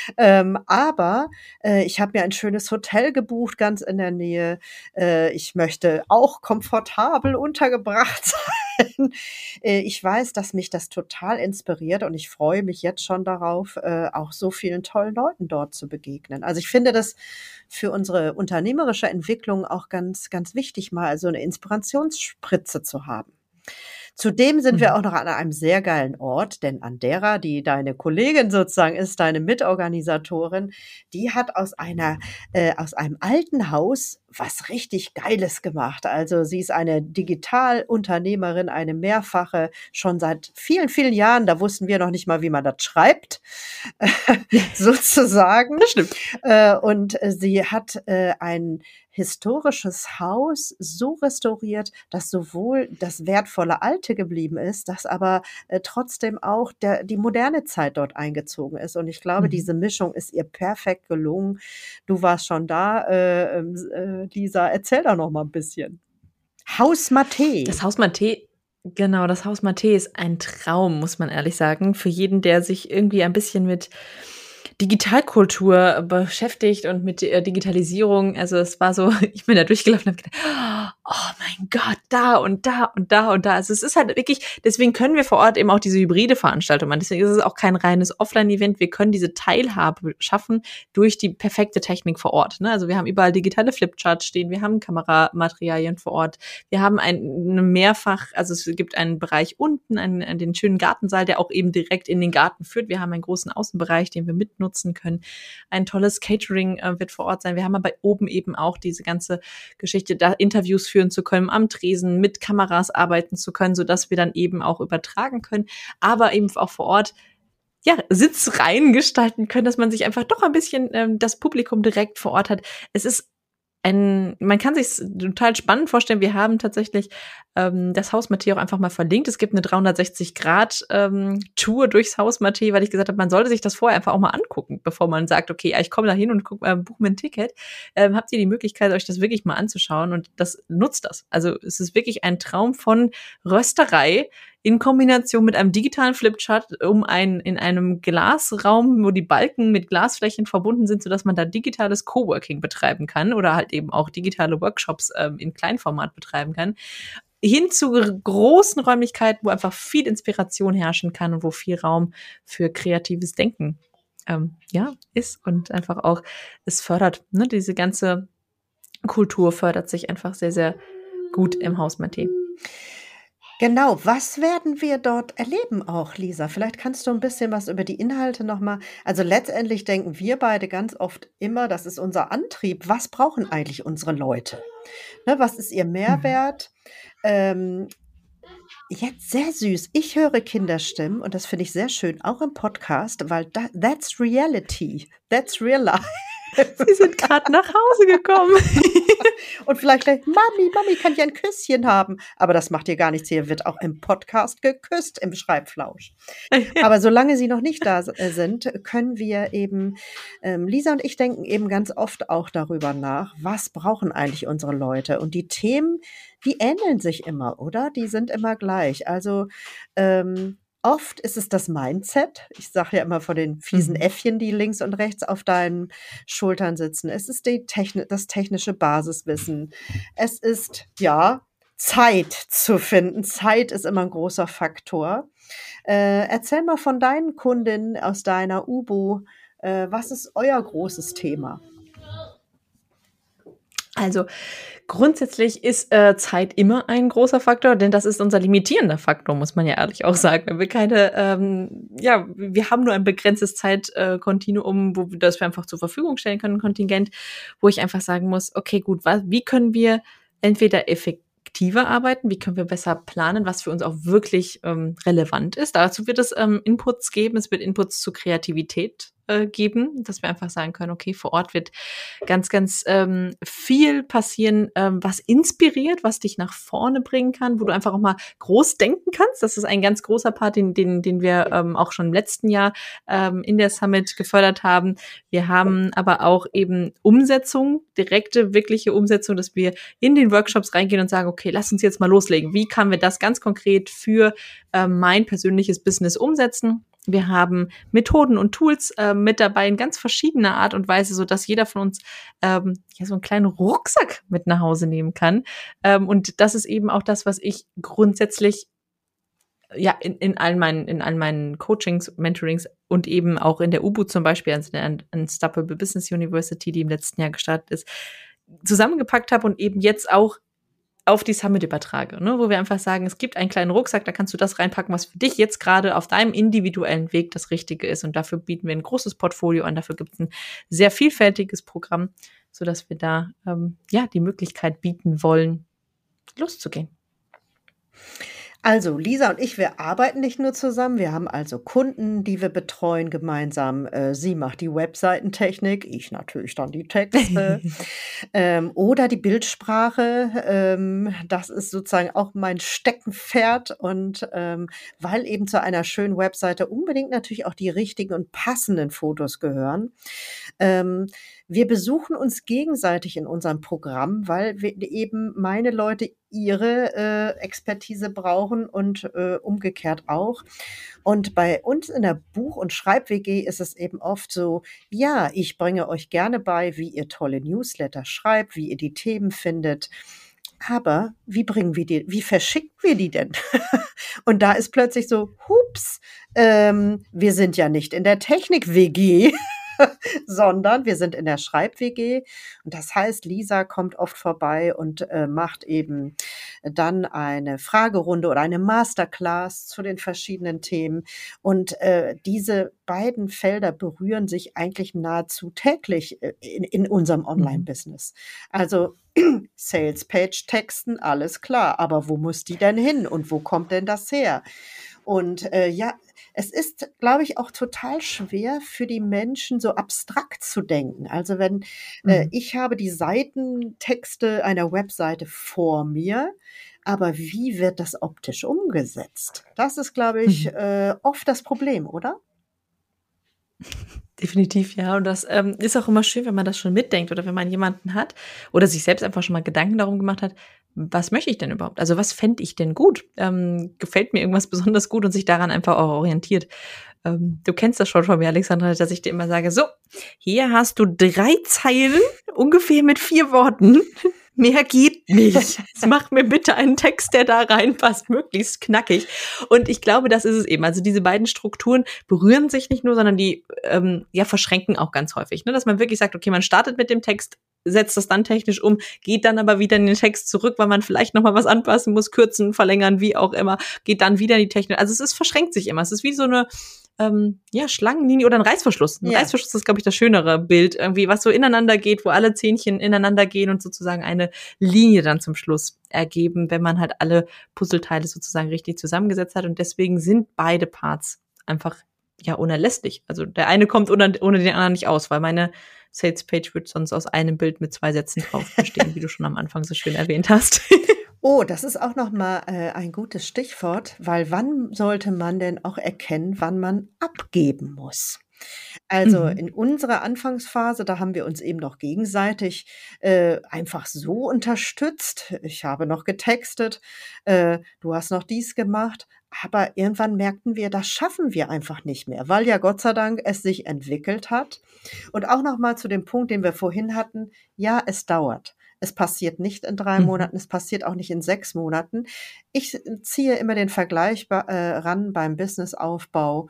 S1: aber, ich habe mir ein schönes Hotel gebucht, ganz in der Nähe. Ich möchte auch komfortabel untergebracht sein. Ich weiß, dass mich das total inspiriert und ich freue mich jetzt schon darauf, auch so vielen tollen Leuten dort zu begegnen. Also, ich finde das für unsere unternehmerische Entwicklung auch ganz, ganz wichtig, mal so eine Inspirationsspritze zu haben. Zudem sind wir
S2: Mhm.
S1: auch noch an einem sehr geilen Ort, denn Andera, die deine Kollegin sozusagen ist, deine Mitorganisatorin, die hat aus einem alten Haus was richtig Geiles gemacht. Also, sie ist eine Digitalunternehmerin, eine mehrfache, schon seit vielen, vielen Jahren. Da wussten wir noch nicht mal, wie man das schreibt, sozusagen.
S2: Das stimmt.
S1: Und sie hat ein historisches Haus so restauriert, dass sowohl das wertvolle Alte geblieben ist, dass aber trotzdem auch die moderne Zeit dort eingezogen ist. Und ich glaube,
S2: Mhm.
S1: diese Mischung ist ihr perfekt gelungen. Du warst schon da, Lisa, erzähl doch noch mal ein bisschen. Haus Maté.
S2: Das Haus Maté Genau, das Haus Maté ist ein Traum, muss man ehrlich sagen, für jeden, der sich irgendwie ein bisschen mit Digitalkultur beschäftigt und mit Digitalisierung. Also, es war so ich bin da durchgelaufen und habe gedacht: „Oh mein Gott, da und da und da und da.“ Also, es ist halt wirklich deswegen können wir vor Ort eben auch diese hybride Veranstaltung machen. Deswegen ist es auch kein reines Offline-Event. Wir können diese Teilhabe schaffen durch die perfekte Technik vor Ort, ne? Also, wir haben überall digitale Flipcharts stehen, wir haben Kameramaterialien vor Ort. Wir haben also, es gibt einen Bereich unten, den schönen Gartensaal, der auch eben direkt in den Garten führt. Wir haben einen großen Außenbereich, den wir mitnutzen können. Ein tolles Catering wird vor Ort sein. Wir haben aber oben eben auch diese ganze Geschichte, da Interviews führen zu können, am Tresen mit Kameras arbeiten zu können, sodass wir dann eben auch übertragen können, aber eben auch vor Ort ja, Sitzreihen gestalten können, dass man sich einfach doch ein bisschen das Publikum direkt vor Ort hat. Es ist man kann sich's total spannend vorstellen. Wir haben tatsächlich das Haus Maté auch einfach mal verlinkt. Es gibt eine 360-Grad Tour durchs Haus Maté, weil ich gesagt habe, man sollte sich das vorher einfach auch mal angucken, bevor man sagt, okay, ja, ich komme da hin und buche mir ein Ticket. Habt ihr die Möglichkeit, euch das wirklich mal anzuschauen und nutzt das. Also es ist wirklich ein Traum von Rösterei in Kombination mit einem digitalen Flipchart in einem Glasraum, wo die Balken mit Glasflächen verbunden sind, sodass man da digitales Coworking betreiben kann oder halt eben auch digitale Workshops in Kleinformat betreiben kann. hin zu großen Räumlichkeiten, wo einfach viel Inspiration herrschen kann und wo viel Raum für kreatives Denken ist und einfach auch es fördert. Ne? Diese ganze Kultur fördert sich einfach sehr, sehr gut im Haus Maté.
S1: Genau, was werden wir dort erleben auch, Lisa? Vielleicht kannst du ein bisschen was über die Inhalte nochmal. Also letztendlich denken wir beide ganz oft immer, das ist unser Antrieb. Was brauchen eigentlich unsere Leute? Ne, was ist ihr Mehrwert? Jetzt sehr süß. Ich höre Kinderstimmen und das finde ich sehr schön, auch im Podcast, weil that's reality. That's real life.
S2: Sie sind gerade nach Hause gekommen.
S1: Und vielleicht gleich, Mami, kann ich ein Küsschen haben? Aber das macht ihr gar nichts. Hier wird auch im Podcast geküsst, im Schreibflausch. Aber solange sie noch nicht da sind, können wir eben, Lisa und ich denken eben ganz oft auch darüber nach, was brauchen eigentlich unsere Leute? Und die Themen, die ähneln sich immer, oder? Die sind immer gleich. Also oft ist es das Mindset. Ich sage ja immer von den fiesen Äffchen, die links und rechts auf deinen Schultern sitzen. Es ist das technische Basiswissen. Es ist, ja, Zeit zu finden. Zeit ist immer ein großer Faktor. Erzähl mal von deinen Kundinnen aus deiner UBO. Was ist euer großes Thema?
S2: Also grundsätzlich ist Zeit immer ein großer Faktor, denn das ist unser limitierender Faktor, muss man ja ehrlich auch sagen. Wenn wir wir haben nur ein begrenztes Zeitkontinuum, das wir einfach zur Verfügung stellen können, ein Kontingent, wo ich einfach sagen muss, okay, gut, wie können wir entweder effektiver arbeiten, wie können wir besser planen, was für uns auch wirklich relevant ist. Dazu wird es Inputs geben, es wird Inputs zu Kreativität geben, dass wir einfach sagen können, okay, vor Ort wird ganz, ganz viel passieren, was inspiriert, was dich nach vorne bringen kann, wo du einfach auch mal groß denken kannst. Das ist ein ganz großer Part, den wir auch schon im letzten Jahr in der Summit gefördert haben. Wir haben aber auch eben Umsetzung, direkte, wirkliche Umsetzung, dass wir in den Workshops reingehen und sagen, okay, lass uns jetzt mal loslegen. Wie können wir das ganz konkret für mein persönliches Business umsetzen? Wir haben Methoden und Tools mit dabei in ganz verschiedener Art und Weise, so dass jeder von uns so einen kleinen Rucksack mit nach Hause nehmen kann. Und das ist eben auch das, was ich grundsätzlich in all meinen Coachings, Mentorings und eben auch in der UBU zum Beispiel, also der Unstoppable Business University, die im letzten Jahr gestartet ist, zusammengepackt habe und eben jetzt auch auf die Summit übertrage, ne? Wo wir einfach sagen, es gibt einen kleinen Rucksack, da kannst du das reinpacken, was für dich jetzt gerade auf deinem individuellen Weg das Richtige ist. Und dafür bieten wir ein großes Portfolio an, dafür gibt es ein sehr vielfältiges Programm, sodass wir da die Möglichkeit bieten wollen, loszugehen.
S1: Also Lisa und ich, wir arbeiten nicht nur zusammen, wir haben also Kunden, die wir betreuen gemeinsam. Sie macht die Webseitentechnik, ich natürlich dann die Texte oder die Bildsprache. Das ist sozusagen auch mein Steckenpferd und weil eben zu einer schönen Webseite unbedingt natürlich auch die richtigen und passenden Fotos gehören. Wir besuchen uns gegenseitig in unserem Programm, weil wir eben meine Leute ihre Expertise brauchen und umgekehrt auch. Und bei uns in der Buch- und Schreib-WG ist es eben oft so, ja, ich bringe euch gerne bei, wie ihr tolle Newsletter schreibt, wie ihr die Themen findet. Aber wie verschicken wir die denn? Und da ist plötzlich so, hups, wir sind ja nicht in der Technik-WG. Sondern wir sind in der Schreib-WG und das heißt, Lisa kommt oft vorbei und macht eben dann eine Fragerunde oder eine Masterclass zu den verschiedenen Themen und diese beiden Felder berühren sich eigentlich nahezu täglich in unserem Online-Business. Also Sales-Page texten, alles klar, aber wo muss die denn hin und wo kommt denn das her? Und es ist, glaube ich, auch total schwer für die Menschen, so abstrakt zu denken. Also wenn ich habe die Seitentexte einer Webseite vor mir, aber wie wird das optisch umgesetzt? Das ist, glaube ich, oft das Problem, oder?
S2: Definitiv, ja. Und das ist auch immer schön, wenn man das schon mitdenkt oder wenn man jemanden hat oder sich selbst einfach schon mal Gedanken darum gemacht hat, was möchte ich denn überhaupt? Also was fände ich denn gut? Gefällt mir irgendwas besonders gut und sich daran einfach auch orientiert? Du kennst das schon von mir, Alexandra, dass ich dir immer sage, so, hier hast du 3 Zeilen, ungefähr mit 4 Worten. Mehr geht nicht. Mach mir bitte einen Text, der da reinpasst, möglichst knackig. Und ich glaube, das ist es eben. Also diese beiden Strukturen berühren sich nicht nur, sondern die verschränken auch ganz häufig. Ne? Dass man wirklich sagt, okay, man startet mit dem Text, setzt das dann technisch um, geht dann aber wieder in den Text zurück, weil man vielleicht noch mal was anpassen muss, kürzen, verlängern, wie auch immer, geht dann wieder in die Technik. Also verschränkt sich immer. Es ist wie so eine Schlangenlinie oder ein Reißverschluss. Ein Reißverschluss ist, glaube ich, das schönere Bild, irgendwie, was so ineinander geht, wo alle Zähnchen ineinander gehen und sozusagen eine Linie dann zum Schluss ergeben, wenn man halt alle Puzzleteile sozusagen richtig zusammengesetzt hat. Und deswegen sind beide Parts einfach unerlässlich. Also der eine kommt ohne den anderen nicht aus, weil meine Salespage wird sonst aus einem Bild mit 2 Sätzen drauf bestehen, wie du schon am Anfang so schön erwähnt hast.
S1: Oh, das ist auch noch mal ein gutes Stichwort, weil wann sollte man denn auch erkennen, wann man abgeben muss? Also in unserer Anfangsphase, da haben wir uns eben noch gegenseitig einfach so unterstützt. Ich habe noch getextet, du hast noch dies gemacht. Aber irgendwann merkten wir, das schaffen wir einfach nicht mehr, weil ja Gott sei Dank es sich entwickelt hat. Und auch noch mal zu dem Punkt, den wir vorhin hatten, ja, es dauert. Es passiert nicht in 3 Monaten, es passiert auch nicht in 6 Monaten. Ich ziehe immer den Vergleich ran beim Businessaufbau.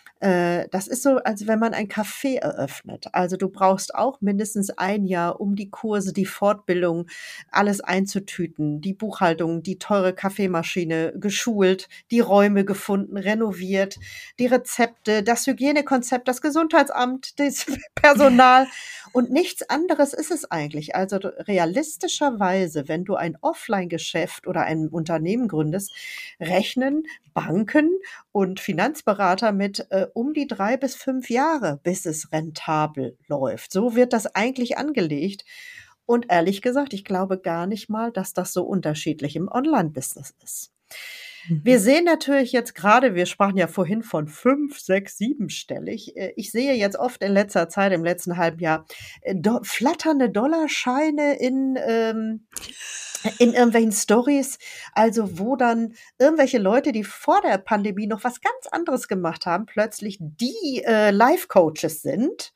S1: Das ist so, als wenn man ein Café eröffnet. Also du brauchst auch mindestens 1 Jahr, um die Kurse, die Fortbildung, alles einzutüten, die Buchhaltung, die teure Kaffeemaschine geschult, die Räume gefunden, renoviert, die Rezepte, das Hygienekonzept, das Gesundheitsamt, das Personal und nichts anderes ist es eigentlich. Also realistischerweise, wenn du ein Offline-Geschäft oder ein Unternehmen gründest, rechnen Banken und Finanzberater mit um die 3 bis 5 Jahre, bis es rentabel läuft. So wird das eigentlich angelegt. Und ehrlich gesagt, ich glaube gar nicht mal, dass das so unterschiedlich im Online-Business ist. Wir sehen natürlich jetzt gerade, wir sprachen ja vorhin von 5, 6, 7-stellig. Ich sehe jetzt oft in letzter Zeit, im letzten halben Jahr, flatternde Dollarscheine in irgendwelchen Stories, also wo dann irgendwelche Leute, die vor der Pandemie noch was ganz anderes gemacht haben, plötzlich die Life-Coaches sind,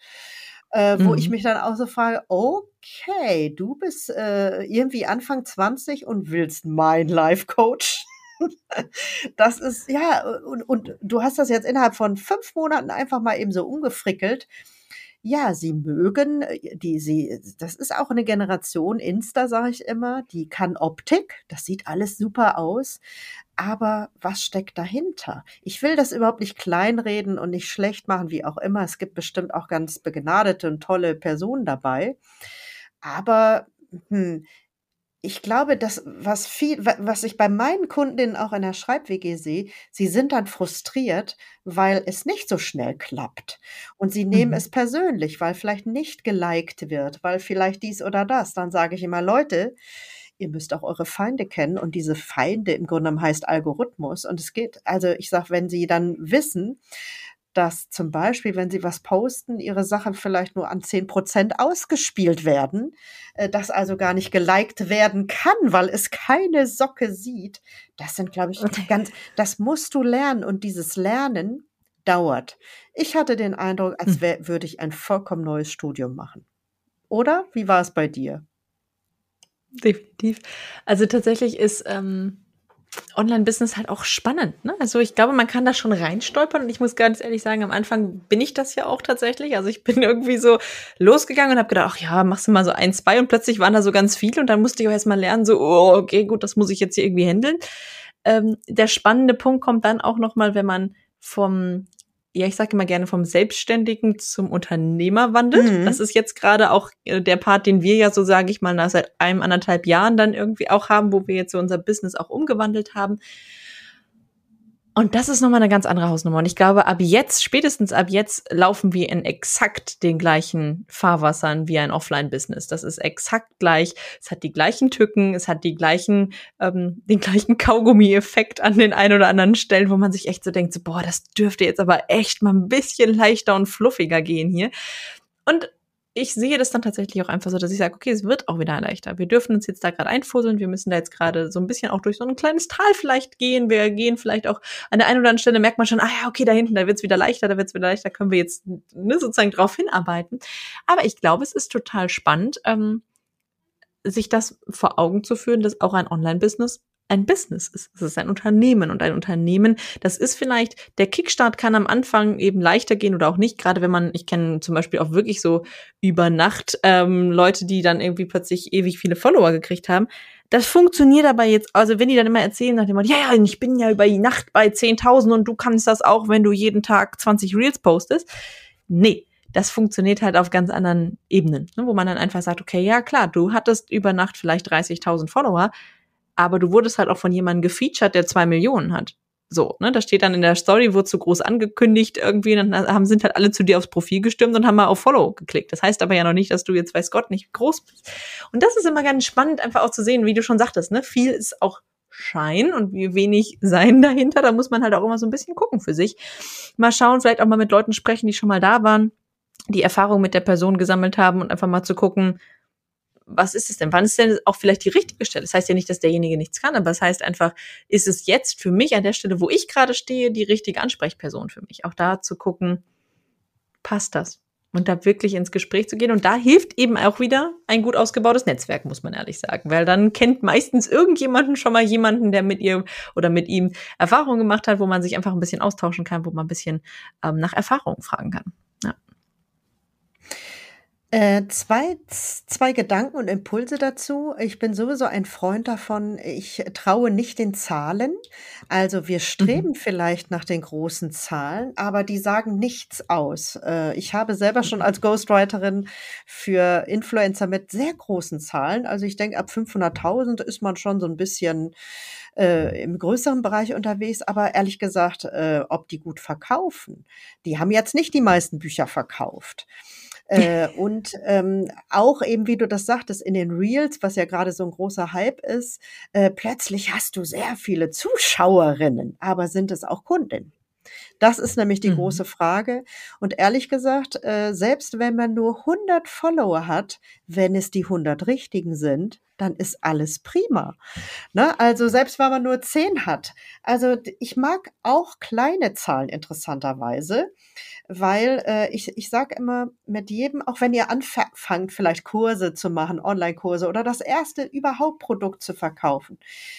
S1: wo ich mich dann auch so frage, okay, du bist irgendwie Anfang 20 und willst mein Life-Coach. Das ist, und du hast das jetzt innerhalb von 5 Monaten einfach mal eben so umgefrickelt. Ja, sie mögen, das ist auch eine Generation Insta, sage ich immer, die kann Optik, das sieht alles super aus, aber was steckt dahinter? Ich will das überhaupt nicht kleinreden und nicht schlecht machen, wie auch immer. Es gibt bestimmt auch ganz begnadete und tolle Personen dabei. Aber ich glaube, was ich bei meinen Kundinnen auch in der Schreib-WG sehe, sie sind dann frustriert, weil es nicht so schnell klappt. Und sie nehmen es persönlich, weil vielleicht nicht geliked wird, weil vielleicht dies oder das. Dann sage ich immer, Leute, ihr müsst auch eure Feinde kennen. Und diese Feinde im Grunde genommen heißt Algorithmus. Und es geht, also ich sage, wenn sie dann wissen, dass zum Beispiel, wenn sie was posten, ihre Sachen vielleicht nur an 10% ausgespielt werden, das also gar nicht geliked werden kann, weil es keine Socke sieht. Das sind, glaube ich, das musst du lernen und dieses Lernen dauert. Ich hatte den Eindruck, als würde ich ein vollkommen neues Studium machen. Oder? Wie war es bei dir?
S2: Definitiv. Also tatsächlich ist Online-Business halt auch spannend, ne? Also ich glaube, man kann da schon reinstolpern und ich muss ganz ehrlich sagen, am Anfang bin ich das ja auch tatsächlich. Also ich bin irgendwie so losgegangen und habe gedacht, ach ja, machst du mal so 1, 2 und plötzlich waren da so ganz viele und dann musste ich auch erstmal lernen, so, oh, okay, gut, das muss ich jetzt hier irgendwie handeln. Der spannende Punkt kommt dann auch nochmal, wenn man ich sage immer gerne, vom Selbstständigen zum Unternehmer wandelt. Das ist jetzt gerade auch der Part, den wir ja so, sage ich mal, nach seit 1,5 Jahren dann irgendwie auch haben, wo wir jetzt so unser Business auch umgewandelt haben. Und das ist nochmal eine ganz andere Hausnummer. Und ich glaube, spätestens ab jetzt, laufen wir in exakt den gleichen Fahrwassern wie ein Offline-Business. Das ist exakt gleich. Es hat die gleichen Tücken, es hat den gleichen Kaugummi-Effekt an den ein oder anderen Stellen, wo man sich echt so denkt, so, boah, das dürfte jetzt aber echt mal ein bisschen leichter und fluffiger gehen hier. Und ich sehe das dann tatsächlich auch einfach so, dass ich sage, okay, es wird auch wieder leichter. Wir dürfen uns jetzt da gerade einfusseln. Wir müssen da jetzt gerade so ein bisschen auch durch so ein kleines Tal vielleicht gehen. Wir gehen vielleicht auch an der einen oder anderen Stelle, merkt man schon, okay, da hinten, da wird's wieder leichter, können wir jetzt sozusagen drauf hinarbeiten. Aber ich glaube, es ist total spannend, sich das vor Augen zu führen, dass auch ein Online-Business ein Business ist. Es ist ein Unternehmen und ein Unternehmen, das ist vielleicht, der Kickstart kann am Anfang eben leichter gehen oder auch nicht, gerade wenn man, ich kenne zum Beispiel auch wirklich so über Nacht Leute, die dann irgendwie plötzlich ewig viele Follower gekriegt haben. Das funktioniert aber jetzt, also wenn die dann immer erzählen nach dem Motto, ja, ich bin ja über die Nacht bei 10.000 und du kannst das auch, wenn du jeden Tag 20 Reels postest. Nee. Das funktioniert halt auf ganz anderen Ebenen, ne, wo man dann einfach sagt, okay, ja klar, du hattest über Nacht vielleicht 30.000 Follower, aber du wurdest halt auch von jemandem gefeatured, der 2 Millionen hat. So, ne, da steht dann in der Story, wurde so groß angekündigt irgendwie, dann sind halt alle zu dir aufs Profil gestürmt und haben mal auf Follow geklickt. Das heißt aber ja noch nicht, dass du jetzt, weiß Gott, nicht groß bist. Und das ist immer ganz spannend, einfach auch zu sehen, wie du schon sagtest, ne, viel ist auch Schein und wie wenig Sein dahinter. Da muss man halt auch immer so ein bisschen gucken für sich. Mal schauen, vielleicht auch mal mit Leuten sprechen, die schon mal da waren, die Erfahrung mit der Person gesammelt haben und einfach mal zu gucken, was ist es denn? Wann ist denn auch vielleicht die richtige Stelle? Das heißt ja nicht, dass derjenige nichts kann, aber es heißt einfach, ist es jetzt für mich an der Stelle, wo ich gerade stehe, die richtige Ansprechperson für mich? Auch da zu gucken, passt das? Und da wirklich ins Gespräch zu gehen. Und da hilft eben auch wieder ein gut ausgebautes Netzwerk, muss man ehrlich sagen. Weil dann kennt meistens irgendjemanden schon mal jemanden, der mit ihr oder mit ihm Erfahrungen gemacht hat, wo man sich einfach ein bisschen austauschen kann, wo man ein bisschen nach Erfahrungen fragen kann. Ja.
S1: Zwei Gedanken und Impulse dazu. Ich bin sowieso ein Freund davon, ich traue nicht den Zahlen. Also wir streben vielleicht nach den großen Zahlen, aber die sagen nichts aus. Ich habe selber schon als Ghostwriterin für Influencer mit sehr großen Zahlen, also ich denke, ab 500.000 ist man schon so ein bisschen im größeren Bereich unterwegs, aber ehrlich gesagt, ob die gut verkaufen, die haben jetzt nicht die meisten Bücher verkauft. Und auch eben, wie du das sagtest, in den Reels, was ja gerade so ein großer Hype ist, plötzlich hast du sehr viele Zuschauerinnen, aber sind es auch Kundinnen? Das ist nämlich die große Frage. Und ehrlich gesagt, selbst wenn man nur 100 Follower hat, wenn es die 100 Richtigen sind, dann ist alles prima. Ne? Also selbst wenn man nur 10 hat. Also ich mag auch kleine Zahlen interessanterweise, weil ich sage immer, mit jedem, auch wenn ihr anfangt, vielleicht Kurse zu machen, Online-Kurse oder das erste überhaupt Produkt zu verkaufen,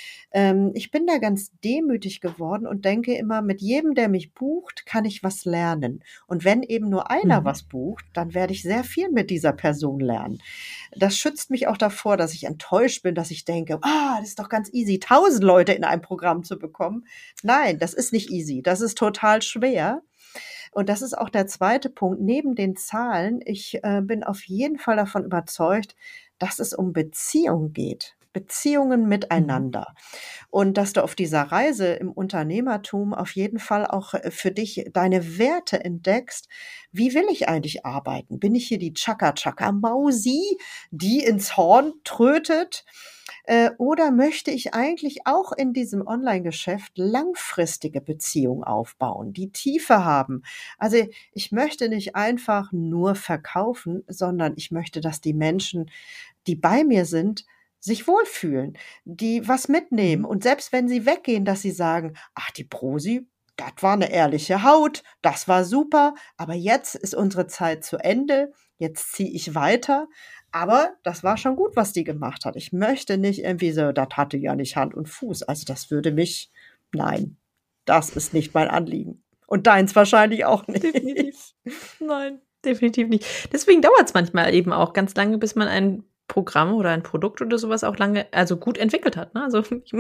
S1: ich bin da ganz demütig geworden und denke immer, mit jedem, der mich bucht, kann ich was lernen. Und wenn eben nur einer was bucht, dann werde ich sehr viel mit dieser Person lernen. Das schützt mich auch davor, dass ich enttäuscht bin, dass ich denke, das ist doch ganz easy, 1.000 Leute in einem Programm zu bekommen. Nein, das ist nicht easy. Das ist total schwer. Und das ist auch der zweite Punkt. Neben den Zahlen, ich bin auf jeden Fall davon überzeugt, dass es um Beziehungen geht. Beziehungen miteinander. Und dass du auf dieser Reise im Unternehmertum auf jeden Fall auch für dich deine Werte entdeckst. Wie will ich eigentlich arbeiten? Bin ich hier die Chaka-Chaka-Mausi, die ins Horn trötet? Oder möchte ich eigentlich auch in diesem Online-Geschäft langfristige Beziehungen aufbauen, die Tiefe haben? Also ich möchte nicht einfach nur verkaufen, sondern ich möchte, dass die Menschen, die bei mir sind, sich wohlfühlen, die was mitnehmen. Und selbst wenn sie weggehen, dass sie sagen, ach, die Prosi, das war eine ehrliche Haut, das war super, aber jetzt ist unsere Zeit zu Ende, jetzt ziehe ich weiter. Aber das war schon gut, was die gemacht hat. Ich möchte nicht irgendwie so, das hatte ja nicht Hand und Fuß. Also das würde mich, nein, das ist nicht mein Anliegen. Und deins wahrscheinlich auch nicht.
S2: Definitiv. Nein, definitiv nicht. Deswegen dauert es manchmal eben auch ganz lange, bis man ein Programm oder ein Produkt oder sowas auch lange, also gut entwickelt hat. Ne? Also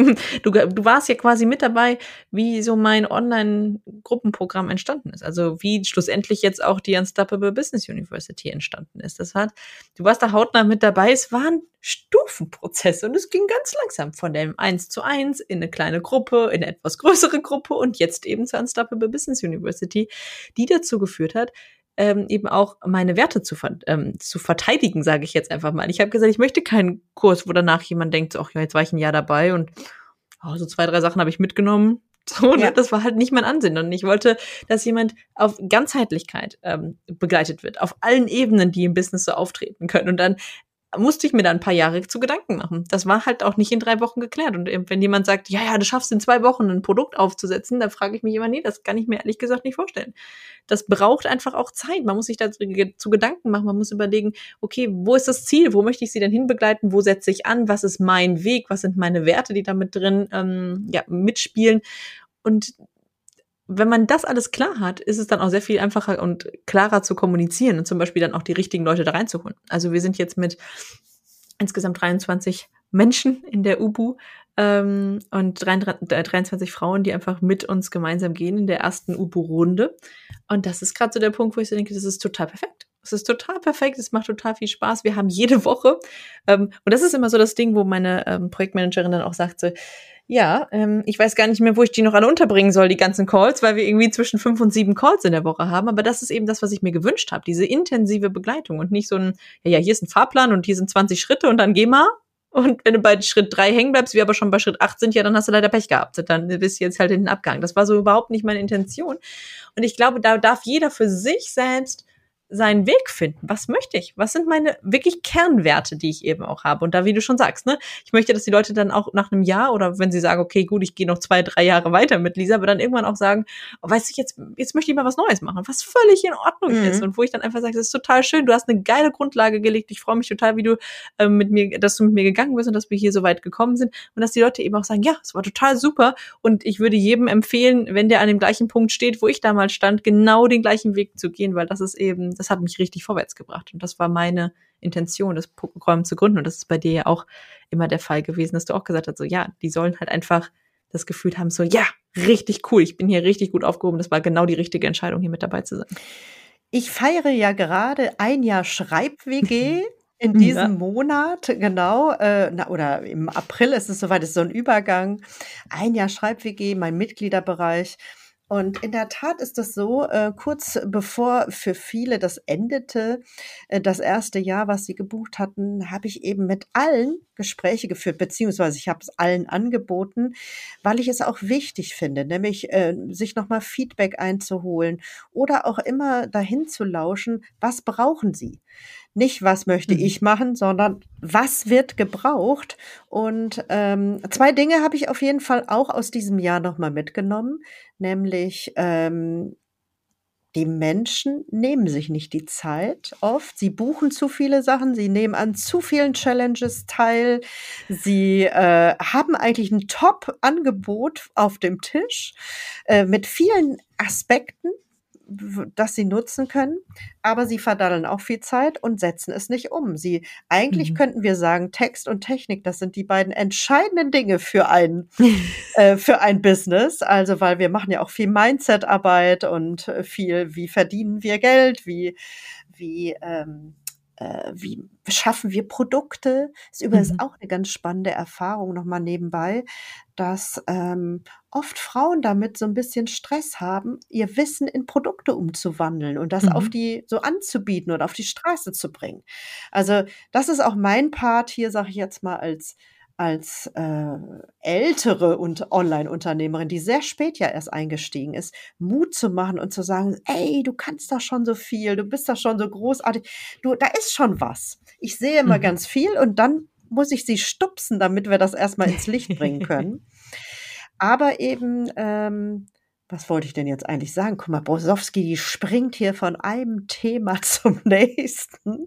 S2: du warst ja quasi mit dabei, wie so mein Online-Gruppenprogramm entstanden ist. Also wie schlussendlich jetzt auch die Unstoppable Business University entstanden ist. Du warst da hautnah mit dabei. Es war ein Stufenprozess und es ging ganz langsam von dem 1:1 in eine kleine Gruppe, in eine etwas größere Gruppe und jetzt eben zur Unstoppable Business University, die dazu geführt hat, eben auch meine Werte zu verteidigen, sage ich jetzt einfach mal. Ich habe gesagt, ich möchte keinen Kurs, wo danach jemand denkt, ach ja, jetzt war ich ein Jahr dabei und so 2, 3 Sachen habe ich mitgenommen. So, ja. Das war halt nicht mein Ansinnen. Und ich wollte, dass jemand auf Ganzheitlichkeit begleitet wird, auf allen Ebenen, die im Business so auftreten können. Und dann musste ich mir da ein paar Jahre zu Gedanken machen. Das war halt auch nicht in 3 Wochen geklärt. Und wenn jemand sagt, ja, du schaffst in 2 Wochen ein Produkt aufzusetzen, da frage ich mich immer, nee, das kann ich mir ehrlich gesagt nicht vorstellen. Das braucht einfach auch Zeit. Man muss sich dazu zu Gedanken machen. Man muss überlegen, okay, wo ist das Ziel? Wo möchte ich sie denn hinbegleiten? Wo setze ich an? Was ist mein Weg? Was sind meine Werte, die da mit drin mitspielen? Und wenn man das alles klar hat, ist es dann auch sehr viel einfacher und klarer zu kommunizieren und zum Beispiel dann auch die richtigen Leute da reinzuholen. Also wir sind jetzt mit insgesamt 23 Menschen in der UBU und 23 Frauen, die einfach mit uns gemeinsam gehen in der ersten UBU-Runde. Und das ist gerade so der Punkt, wo ich so denke, das ist total perfekt. Es ist total perfekt, es macht total viel Spaß. Wir haben jede Woche, und das ist immer so das Ding, wo meine Projektmanagerin dann auch sagt so, ja, ich weiß gar nicht mehr, wo ich die noch alle unterbringen soll, die ganzen Calls, weil wir irgendwie zwischen 5 und 7 Calls in der Woche haben. Aber das ist eben das, was ich mir gewünscht habe, diese intensive Begleitung und nicht so ein, ja, hier ist ein Fahrplan und hier sind 20 Schritte und dann geh mal. Und wenn du bei Schritt 3 hängen bleibst, wir aber schon bei Schritt 8 sind, ja, dann hast du leider Pech gehabt. Dann bist du jetzt halt hinten abgehangen. Das war so überhaupt nicht meine Intention. Und ich glaube, da darf jeder für sich selbst seinen Weg finden. Was möchte ich? Was sind meine wirklich Kernwerte, die ich eben auch habe? Und da, wie du schon sagst, ne, ich möchte, dass die Leute dann auch nach einem Jahr oder wenn sie sagen, okay, gut, ich gehe noch 2, 3 Jahre weiter mit Lisa, aber dann irgendwann auch sagen, oh, weißt du, jetzt möchte ich mal was Neues machen, was völlig in Ordnung ist und wo ich dann einfach sage, das ist total schön, du hast eine geile Grundlage gelegt, ich freue mich total, wie du dass du mit mir gegangen bist und dass wir hier so weit gekommen sind und dass die Leute eben auch sagen, ja, es war total super und ich würde jedem empfehlen, wenn der an dem gleichen Punkt steht, wo ich damals stand, genau den gleichen Weg zu gehen, weil das ist eben, das hat mich richtig vorwärts gebracht. Und das war meine Intention, das Programm zu gründen. Und das ist bei dir ja auch immer der Fall gewesen, dass du auch gesagt hast, so ja, die sollen halt einfach das Gefühl haben, so ja, richtig cool, ich bin hier richtig gut aufgehoben. Das war genau die richtige Entscheidung, hier mit dabei zu sein.
S1: Ich feiere ja gerade 1 Jahr Schreib-WG in diesem Monat, genau, oder im April ist es soweit, ist so ein Übergang. 1 Jahr Schreib-WG, mein Mitgliederbereich. Und in der Tat ist es so, kurz bevor für viele das endete, das erste Jahr, was sie gebucht hatten, habe ich eben mit allen Gespräche geführt, beziehungsweise ich habe es allen angeboten, weil ich es auch wichtig finde, nämlich sich nochmal Feedback einzuholen oder auch immer dahin zu lauschen, was brauchen sie? Nicht, was möchte ich machen, sondern was wird gebraucht? Und 2 Dinge habe ich auf jeden Fall auch aus diesem Jahr nochmal mitgenommen, nämlich die Menschen nehmen sich nicht die Zeit oft. Sie buchen zu viele Sachen, sie nehmen an zu vielen Challenges teil. Sie haben eigentlich ein Top-Angebot auf dem Tisch mit vielen Aspekten, das sie nutzen können, aber sie verdaddeln auch viel Zeit und setzen es nicht um. Eigentlich könnten wir sagen, Text und Technik, das sind die beiden entscheidenden Dinge für ein Business. Also, weil wir machen ja auch viel Mindset-Arbeit und viel, wie verdienen wir Geld, wie schaffen wir Produkte? Ist übrigens auch eine ganz spannende Erfahrung noch mal nebenbei, dass oft Frauen damit so ein bisschen Stress haben, ihr Wissen in Produkte umzuwandeln und das auf die so anzubieten oder auf die Straße zu bringen. Also, das ist auch mein Part hier, sage ich jetzt mal, als ältere und Online-Unternehmerin, die sehr spät ja erst eingestiegen ist, Mut zu machen und zu sagen, ey, du kannst doch schon so viel, du bist doch schon so großartig, da ist schon was. Ich sehe immer ganz viel und dann muss ich sie stupsen, damit wir das erstmal ins Licht bringen können. Aber eben, was wollte ich denn jetzt eigentlich sagen? Guck mal, Brosowski, die springt hier von einem Thema zum nächsten.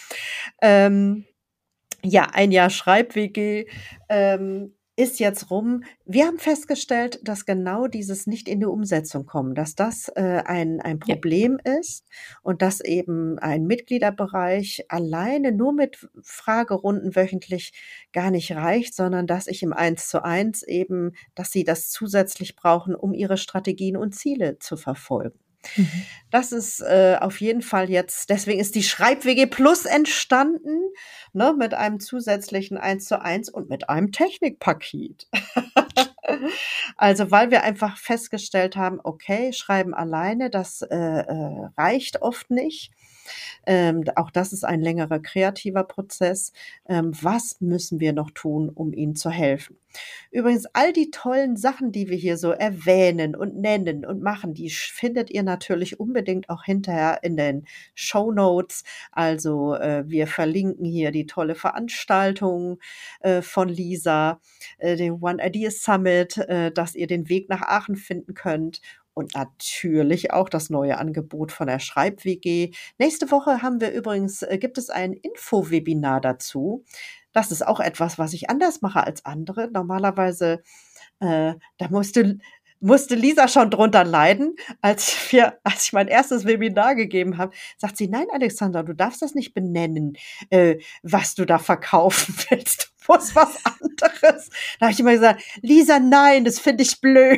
S1: Ja, 1 Jahr Schreib-WG ist jetzt rum. Wir haben festgestellt, dass genau dieses nicht in die Umsetzung kommen, dass das ein Problem ist und dass eben ein Mitgliederbereich alleine nur mit Fragerunden wöchentlich gar nicht reicht, sondern dass ich im 1:1 eben, dass sie das zusätzlich brauchen, um ihre Strategien und Ziele zu verfolgen. Das ist auf jeden Fall jetzt, deswegen ist die Schreib-WG Plus entstanden, ne, mit einem zusätzlichen 1:1 und mit einem Technikpaket. Also, weil wir einfach festgestellt haben, okay, Schreiben alleine, das reicht oft nicht. Auch das ist ein längerer kreativer Prozess. Was müssen wir noch tun, um ihnen zu helfen? Übrigens, all die tollen Sachen, die wir hier so erwähnen und nennen und machen, die findet ihr natürlich unbedingt auch hinterher in den Shownotes. Also wir verlinken hier die tolle Veranstaltung von Lisa, den One Idea Summit, dass ihr den Weg nach Aachen finden könnt. Und natürlich auch das neue Angebot von der Schreib-WG. Nächste Woche gibt es ein Info-Webinar dazu. Das ist auch etwas, was ich anders mache als andere. Normalerweise, da musste Lisa schon drunter leiden, als ich mein erstes Webinar gegeben habe, sagt sie, nein, Alexandra, du darfst das nicht benennen, was du da verkaufen willst. Du musst was anderes. Da habe ich immer gesagt, Lisa, nein, das finde ich blöd.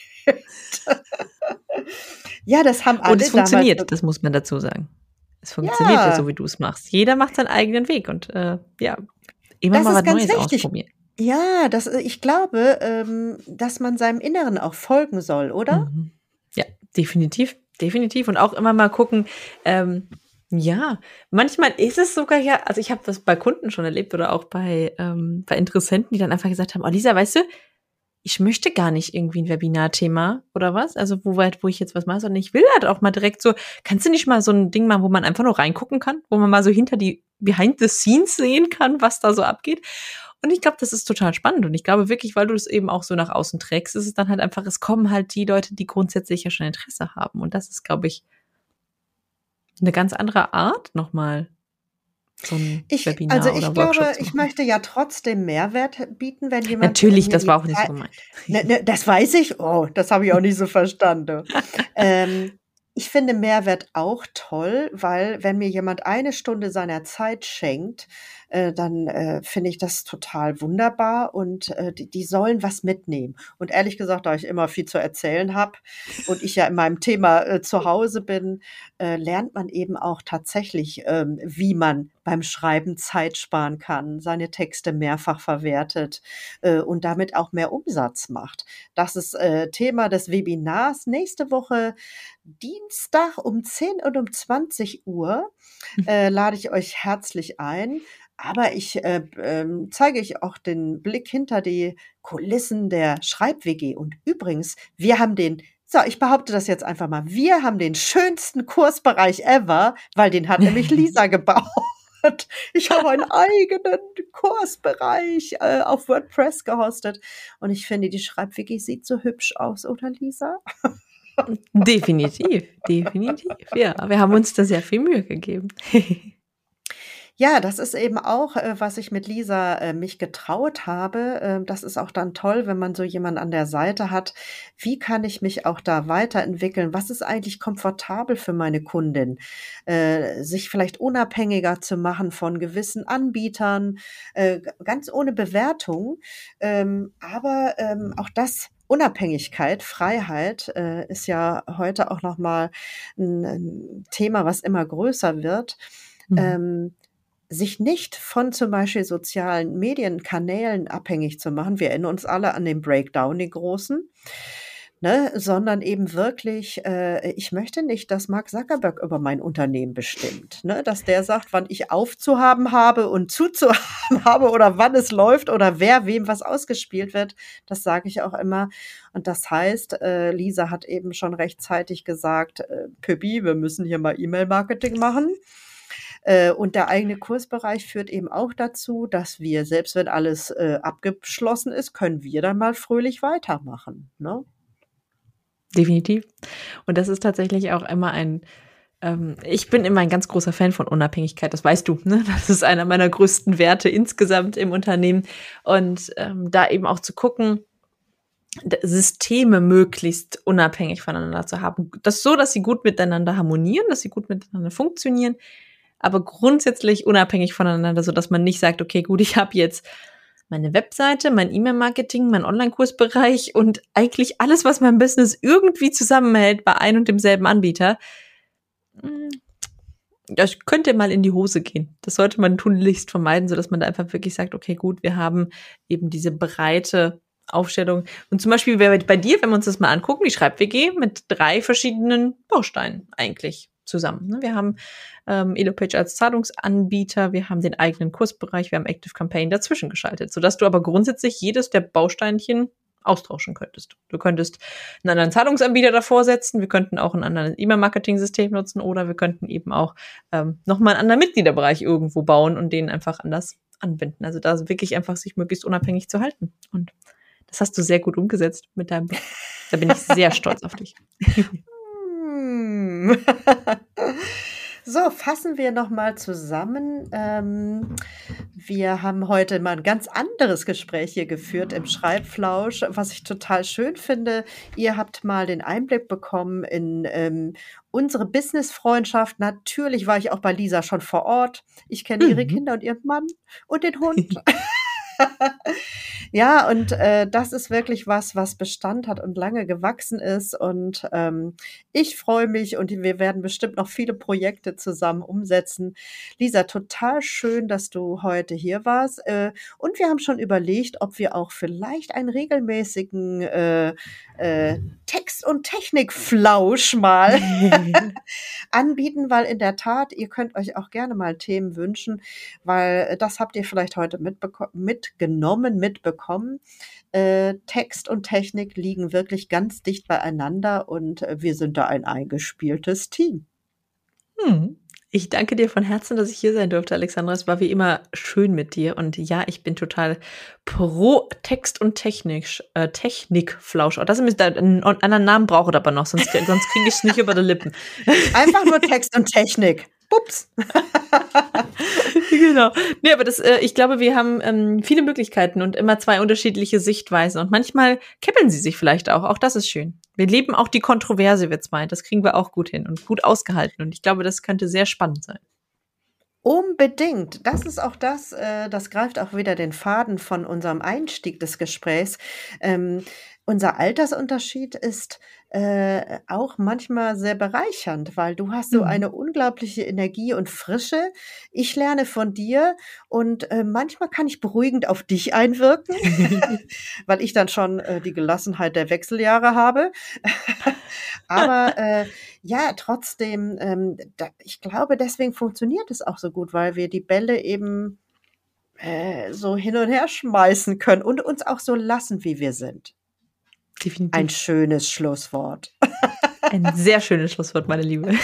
S1: Ja, das haben alle.
S2: Und es funktioniert, das muss man dazu sagen. Es funktioniert ja so, wie du es machst. Jeder macht seinen eigenen Weg und immer mal was Neues ausprobieren.
S1: Ja, ich glaube, dass man seinem Inneren auch folgen soll, oder?
S2: Mhm. Ja, definitiv. Definitiv. Und auch immer mal gucken, manchmal ist es sogar also ich habe das bei Kunden schon erlebt oder auch bei Interessenten, die dann einfach gesagt haben, oh Lisa, weißt du, ich möchte gar nicht irgendwie ein Webinarthema oder was, also wo ich jetzt was mache, sondern ich will halt auch mal direkt so, kannst du nicht mal so ein Ding machen, wo man einfach nur reingucken kann, wo man mal so hinter die Behind the Scenes sehen kann, was da so abgeht. Und ich glaube, das ist total spannend. Und ich glaube wirklich, weil du es eben auch so nach außen trägst, ist es dann halt einfach, es kommen halt die Leute, die grundsätzlich ja schon Interesse haben. Und das ist, glaube ich, eine ganz andere Art nochmal. So ein Webinar
S1: also ich
S2: oder
S1: glaube,
S2: Workshops
S1: ich
S2: machen.
S1: möchte ja trotzdem Mehrwert bieten, wenn jemand
S2: Natürlich,
S1: mir
S2: das
S1: die
S2: war auch nicht
S1: Zeit-
S2: so gemeint.
S1: Das weiß ich. Oh, das habe ich auch nicht so verstanden. Ich finde Mehrwert auch toll, weil wenn mir jemand eine Stunde seiner Zeit schenkt, dann finde ich das total wunderbar und die sollen was mitnehmen. Und ehrlich gesagt, da ich immer viel zu erzählen habe und ich ja in meinem Thema zu Hause bin, lernt man eben auch tatsächlich, wie man beim Schreiben Zeit sparen kann, seine Texte mehrfach verwertet und damit auch mehr Umsatz macht. Das ist Thema des Webinars nächste Woche Dienstag um 10 und um 20 Uhr lade ich euch herzlich ein. Aber ich zeige euch auch den Blick hinter die Kulissen der Schreib-WG. Und übrigens, ich behaupte das jetzt einfach mal, wir haben den schönsten Kursbereich ever, weil den hat nämlich Lisa gebaut. Ich habe einen eigenen Kursbereich auf WordPress gehostet. Und ich finde, die Schreib-WG sieht so hübsch aus, oder Lisa?
S2: Definitiv. Ja, wir haben uns da sehr viel Mühe gegeben.
S1: Ja, das ist eben auch, was ich mit Lisa mich getraut habe. Das ist auch dann toll, wenn man so jemanden an der Seite hat. Wie kann ich mich auch da weiterentwickeln? Was ist eigentlich komfortabel für meine Kundin? Sich vielleicht unabhängiger zu machen von gewissen Anbietern, ganz ohne Bewertung. Aber auch das Unabhängigkeit, Freiheit ist ja heute auch noch mal ein Thema, was immer größer wird. Sich nicht von zum Beispiel sozialen Medienkanälen abhängig zu machen. Wir erinnern uns alle an den Breakdown, den großen, ne? Sondern eben wirklich, ich möchte nicht, dass Mark Zuckerberg über mein Unternehmen bestimmt, ne? Dass der sagt, wann ich aufzuhaben habe und zuzuhaben habe oder wann es läuft oder wem was ausgespielt wird. Das sage ich auch immer. Und das heißt, Lisa hat eben schon rechtzeitig gesagt, Püppi, wir müssen hier mal E-Mail-Marketing machen. Und der eigene Kursbereich führt eben auch dazu, dass wir, selbst wenn alles abgeschlossen ist, können wir dann mal fröhlich weitermachen, ne?
S2: Definitiv. Und das ist tatsächlich auch immer ich bin immer ein ganz großer Fan von Unabhängigkeit, das weißt du, ne? Das ist einer meiner größten Werte insgesamt im Unternehmen. Und da eben auch zu gucken, Systeme möglichst unabhängig voneinander zu haben. Das so, dass sie gut miteinander harmonieren, dass sie gut miteinander funktionieren, aber grundsätzlich unabhängig voneinander, so dass man nicht sagt, okay, gut, ich habe jetzt meine Webseite, mein E-Mail-Marketing, mein Online-Kursbereich und eigentlich alles, was mein Business irgendwie zusammenhält bei ein und demselben Anbieter. Das könnte mal in die Hose gehen. Das sollte man tunlichst vermeiden, so dass man da einfach wirklich sagt, okay, gut, wir haben eben diese breite Aufstellung. Und zum Beispiel bei dir, wenn wir uns das mal angucken, die Schreib-WG mit 3 verschiedenen Bausteinen eigentlich. zusammen. Wir haben Elopage als Zahlungsanbieter, wir haben den eigenen Kursbereich, wir haben Active Campaign dazwischen geschaltet, sodass du aber grundsätzlich jedes der Bausteinchen austauschen könntest. Du könntest einen anderen Zahlungsanbieter davor setzen, wir könnten auch ein anderes E-Mail-Marketing-System nutzen oder wir könnten eben auch nochmal einen anderen Mitgliederbereich irgendwo bauen und den einfach anders anbinden. Also da wirklich einfach sich möglichst unabhängig zu halten. Und das hast du sehr gut umgesetzt mit deinem Blog. Da bin ich sehr stolz auf dich.
S1: So, fassen wir nochmal zusammen. Wir haben heute mal ein ganz anderes Gespräch hier geführt im Schreibflausch, was ich total schön finde. Ihr habt mal den Einblick bekommen in unsere Business-Freundschaft. Natürlich war ich auch bei Lisa schon vor Ort. Ich kenne ihre Kinder und ihren Mann und den Hund. Ja, und das ist wirklich was Bestand hat und lange gewachsen ist. Und ich freue mich und wir werden bestimmt noch viele Projekte zusammen umsetzen. Lisa, total schön, dass du heute hier warst. Und wir haben schon überlegt, ob wir auch vielleicht einen regelmäßigen Text- und Technikflausch mal anbieten, weil in der Tat, ihr könnt euch auch gerne mal Themen wünschen, weil das habt ihr vielleicht heute mitbekommen. Text und Technik liegen wirklich ganz dicht beieinander und wir sind da ein eingespieltes Team.
S2: Ich danke dir von Herzen, dass ich hier sein durfte, Alexandra. Es war wie immer schön mit dir. Und ja, ich bin total pro Text- und Technikflausch. Oh, das ist einen anderen Namen brauche ich aber noch, sonst kriege ich es nicht über die Lippen.
S1: Einfach nur Text und Technik. Ups.
S2: Genau. Nee, aber ich glaube, wir haben viele Möglichkeiten und immer zwei unterschiedliche Sichtweisen. Und manchmal keppeln sie sich vielleicht auch. Auch das ist schön. Wir leben auch die Kontroverse, wir zwei. Das kriegen wir auch gut hin und gut ausgehalten. Und ich glaube, das könnte sehr spannend sein.
S1: Unbedingt. Das ist auch das greift auch wieder den Faden von unserem Einstieg des Gesprächs. Unser Altersunterschied ist auch manchmal sehr bereichernd, weil du hast so eine unglaubliche Energie und Frische. Ich lerne von dir und manchmal kann ich beruhigend auf dich einwirken, weil ich dann schon die Gelassenheit der Wechseljahre habe. Aber ja, trotzdem, ich glaube, deswegen funktioniert es auch so gut, weil wir die Bälle eben so hin und her schmeißen können und uns auch so lassen, wie wir sind.
S2: Definitiv.
S1: Ein schönes Schlusswort.
S2: Ein sehr schönes Schlusswort, meine Liebe.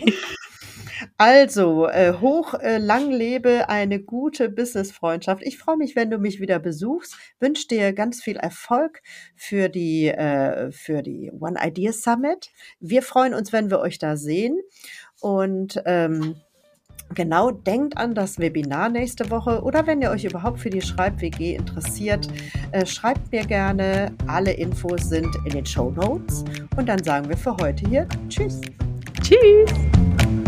S1: Also, lang lebe eine gute Business-Freundschaft. Ich freue mich, wenn du mich wieder besuchst. Wünsche dir ganz viel Erfolg für die One Idea Summit. Wir freuen uns, wenn wir euch da sehen. Und genau, denkt an das Webinar nächste Woche oder wenn ihr euch überhaupt für die Schreib-WG interessiert, schreibt mir gerne. Alle Infos sind in den Shownotes. Und dann sagen wir für heute hier Tschüss.
S2: Tschüss.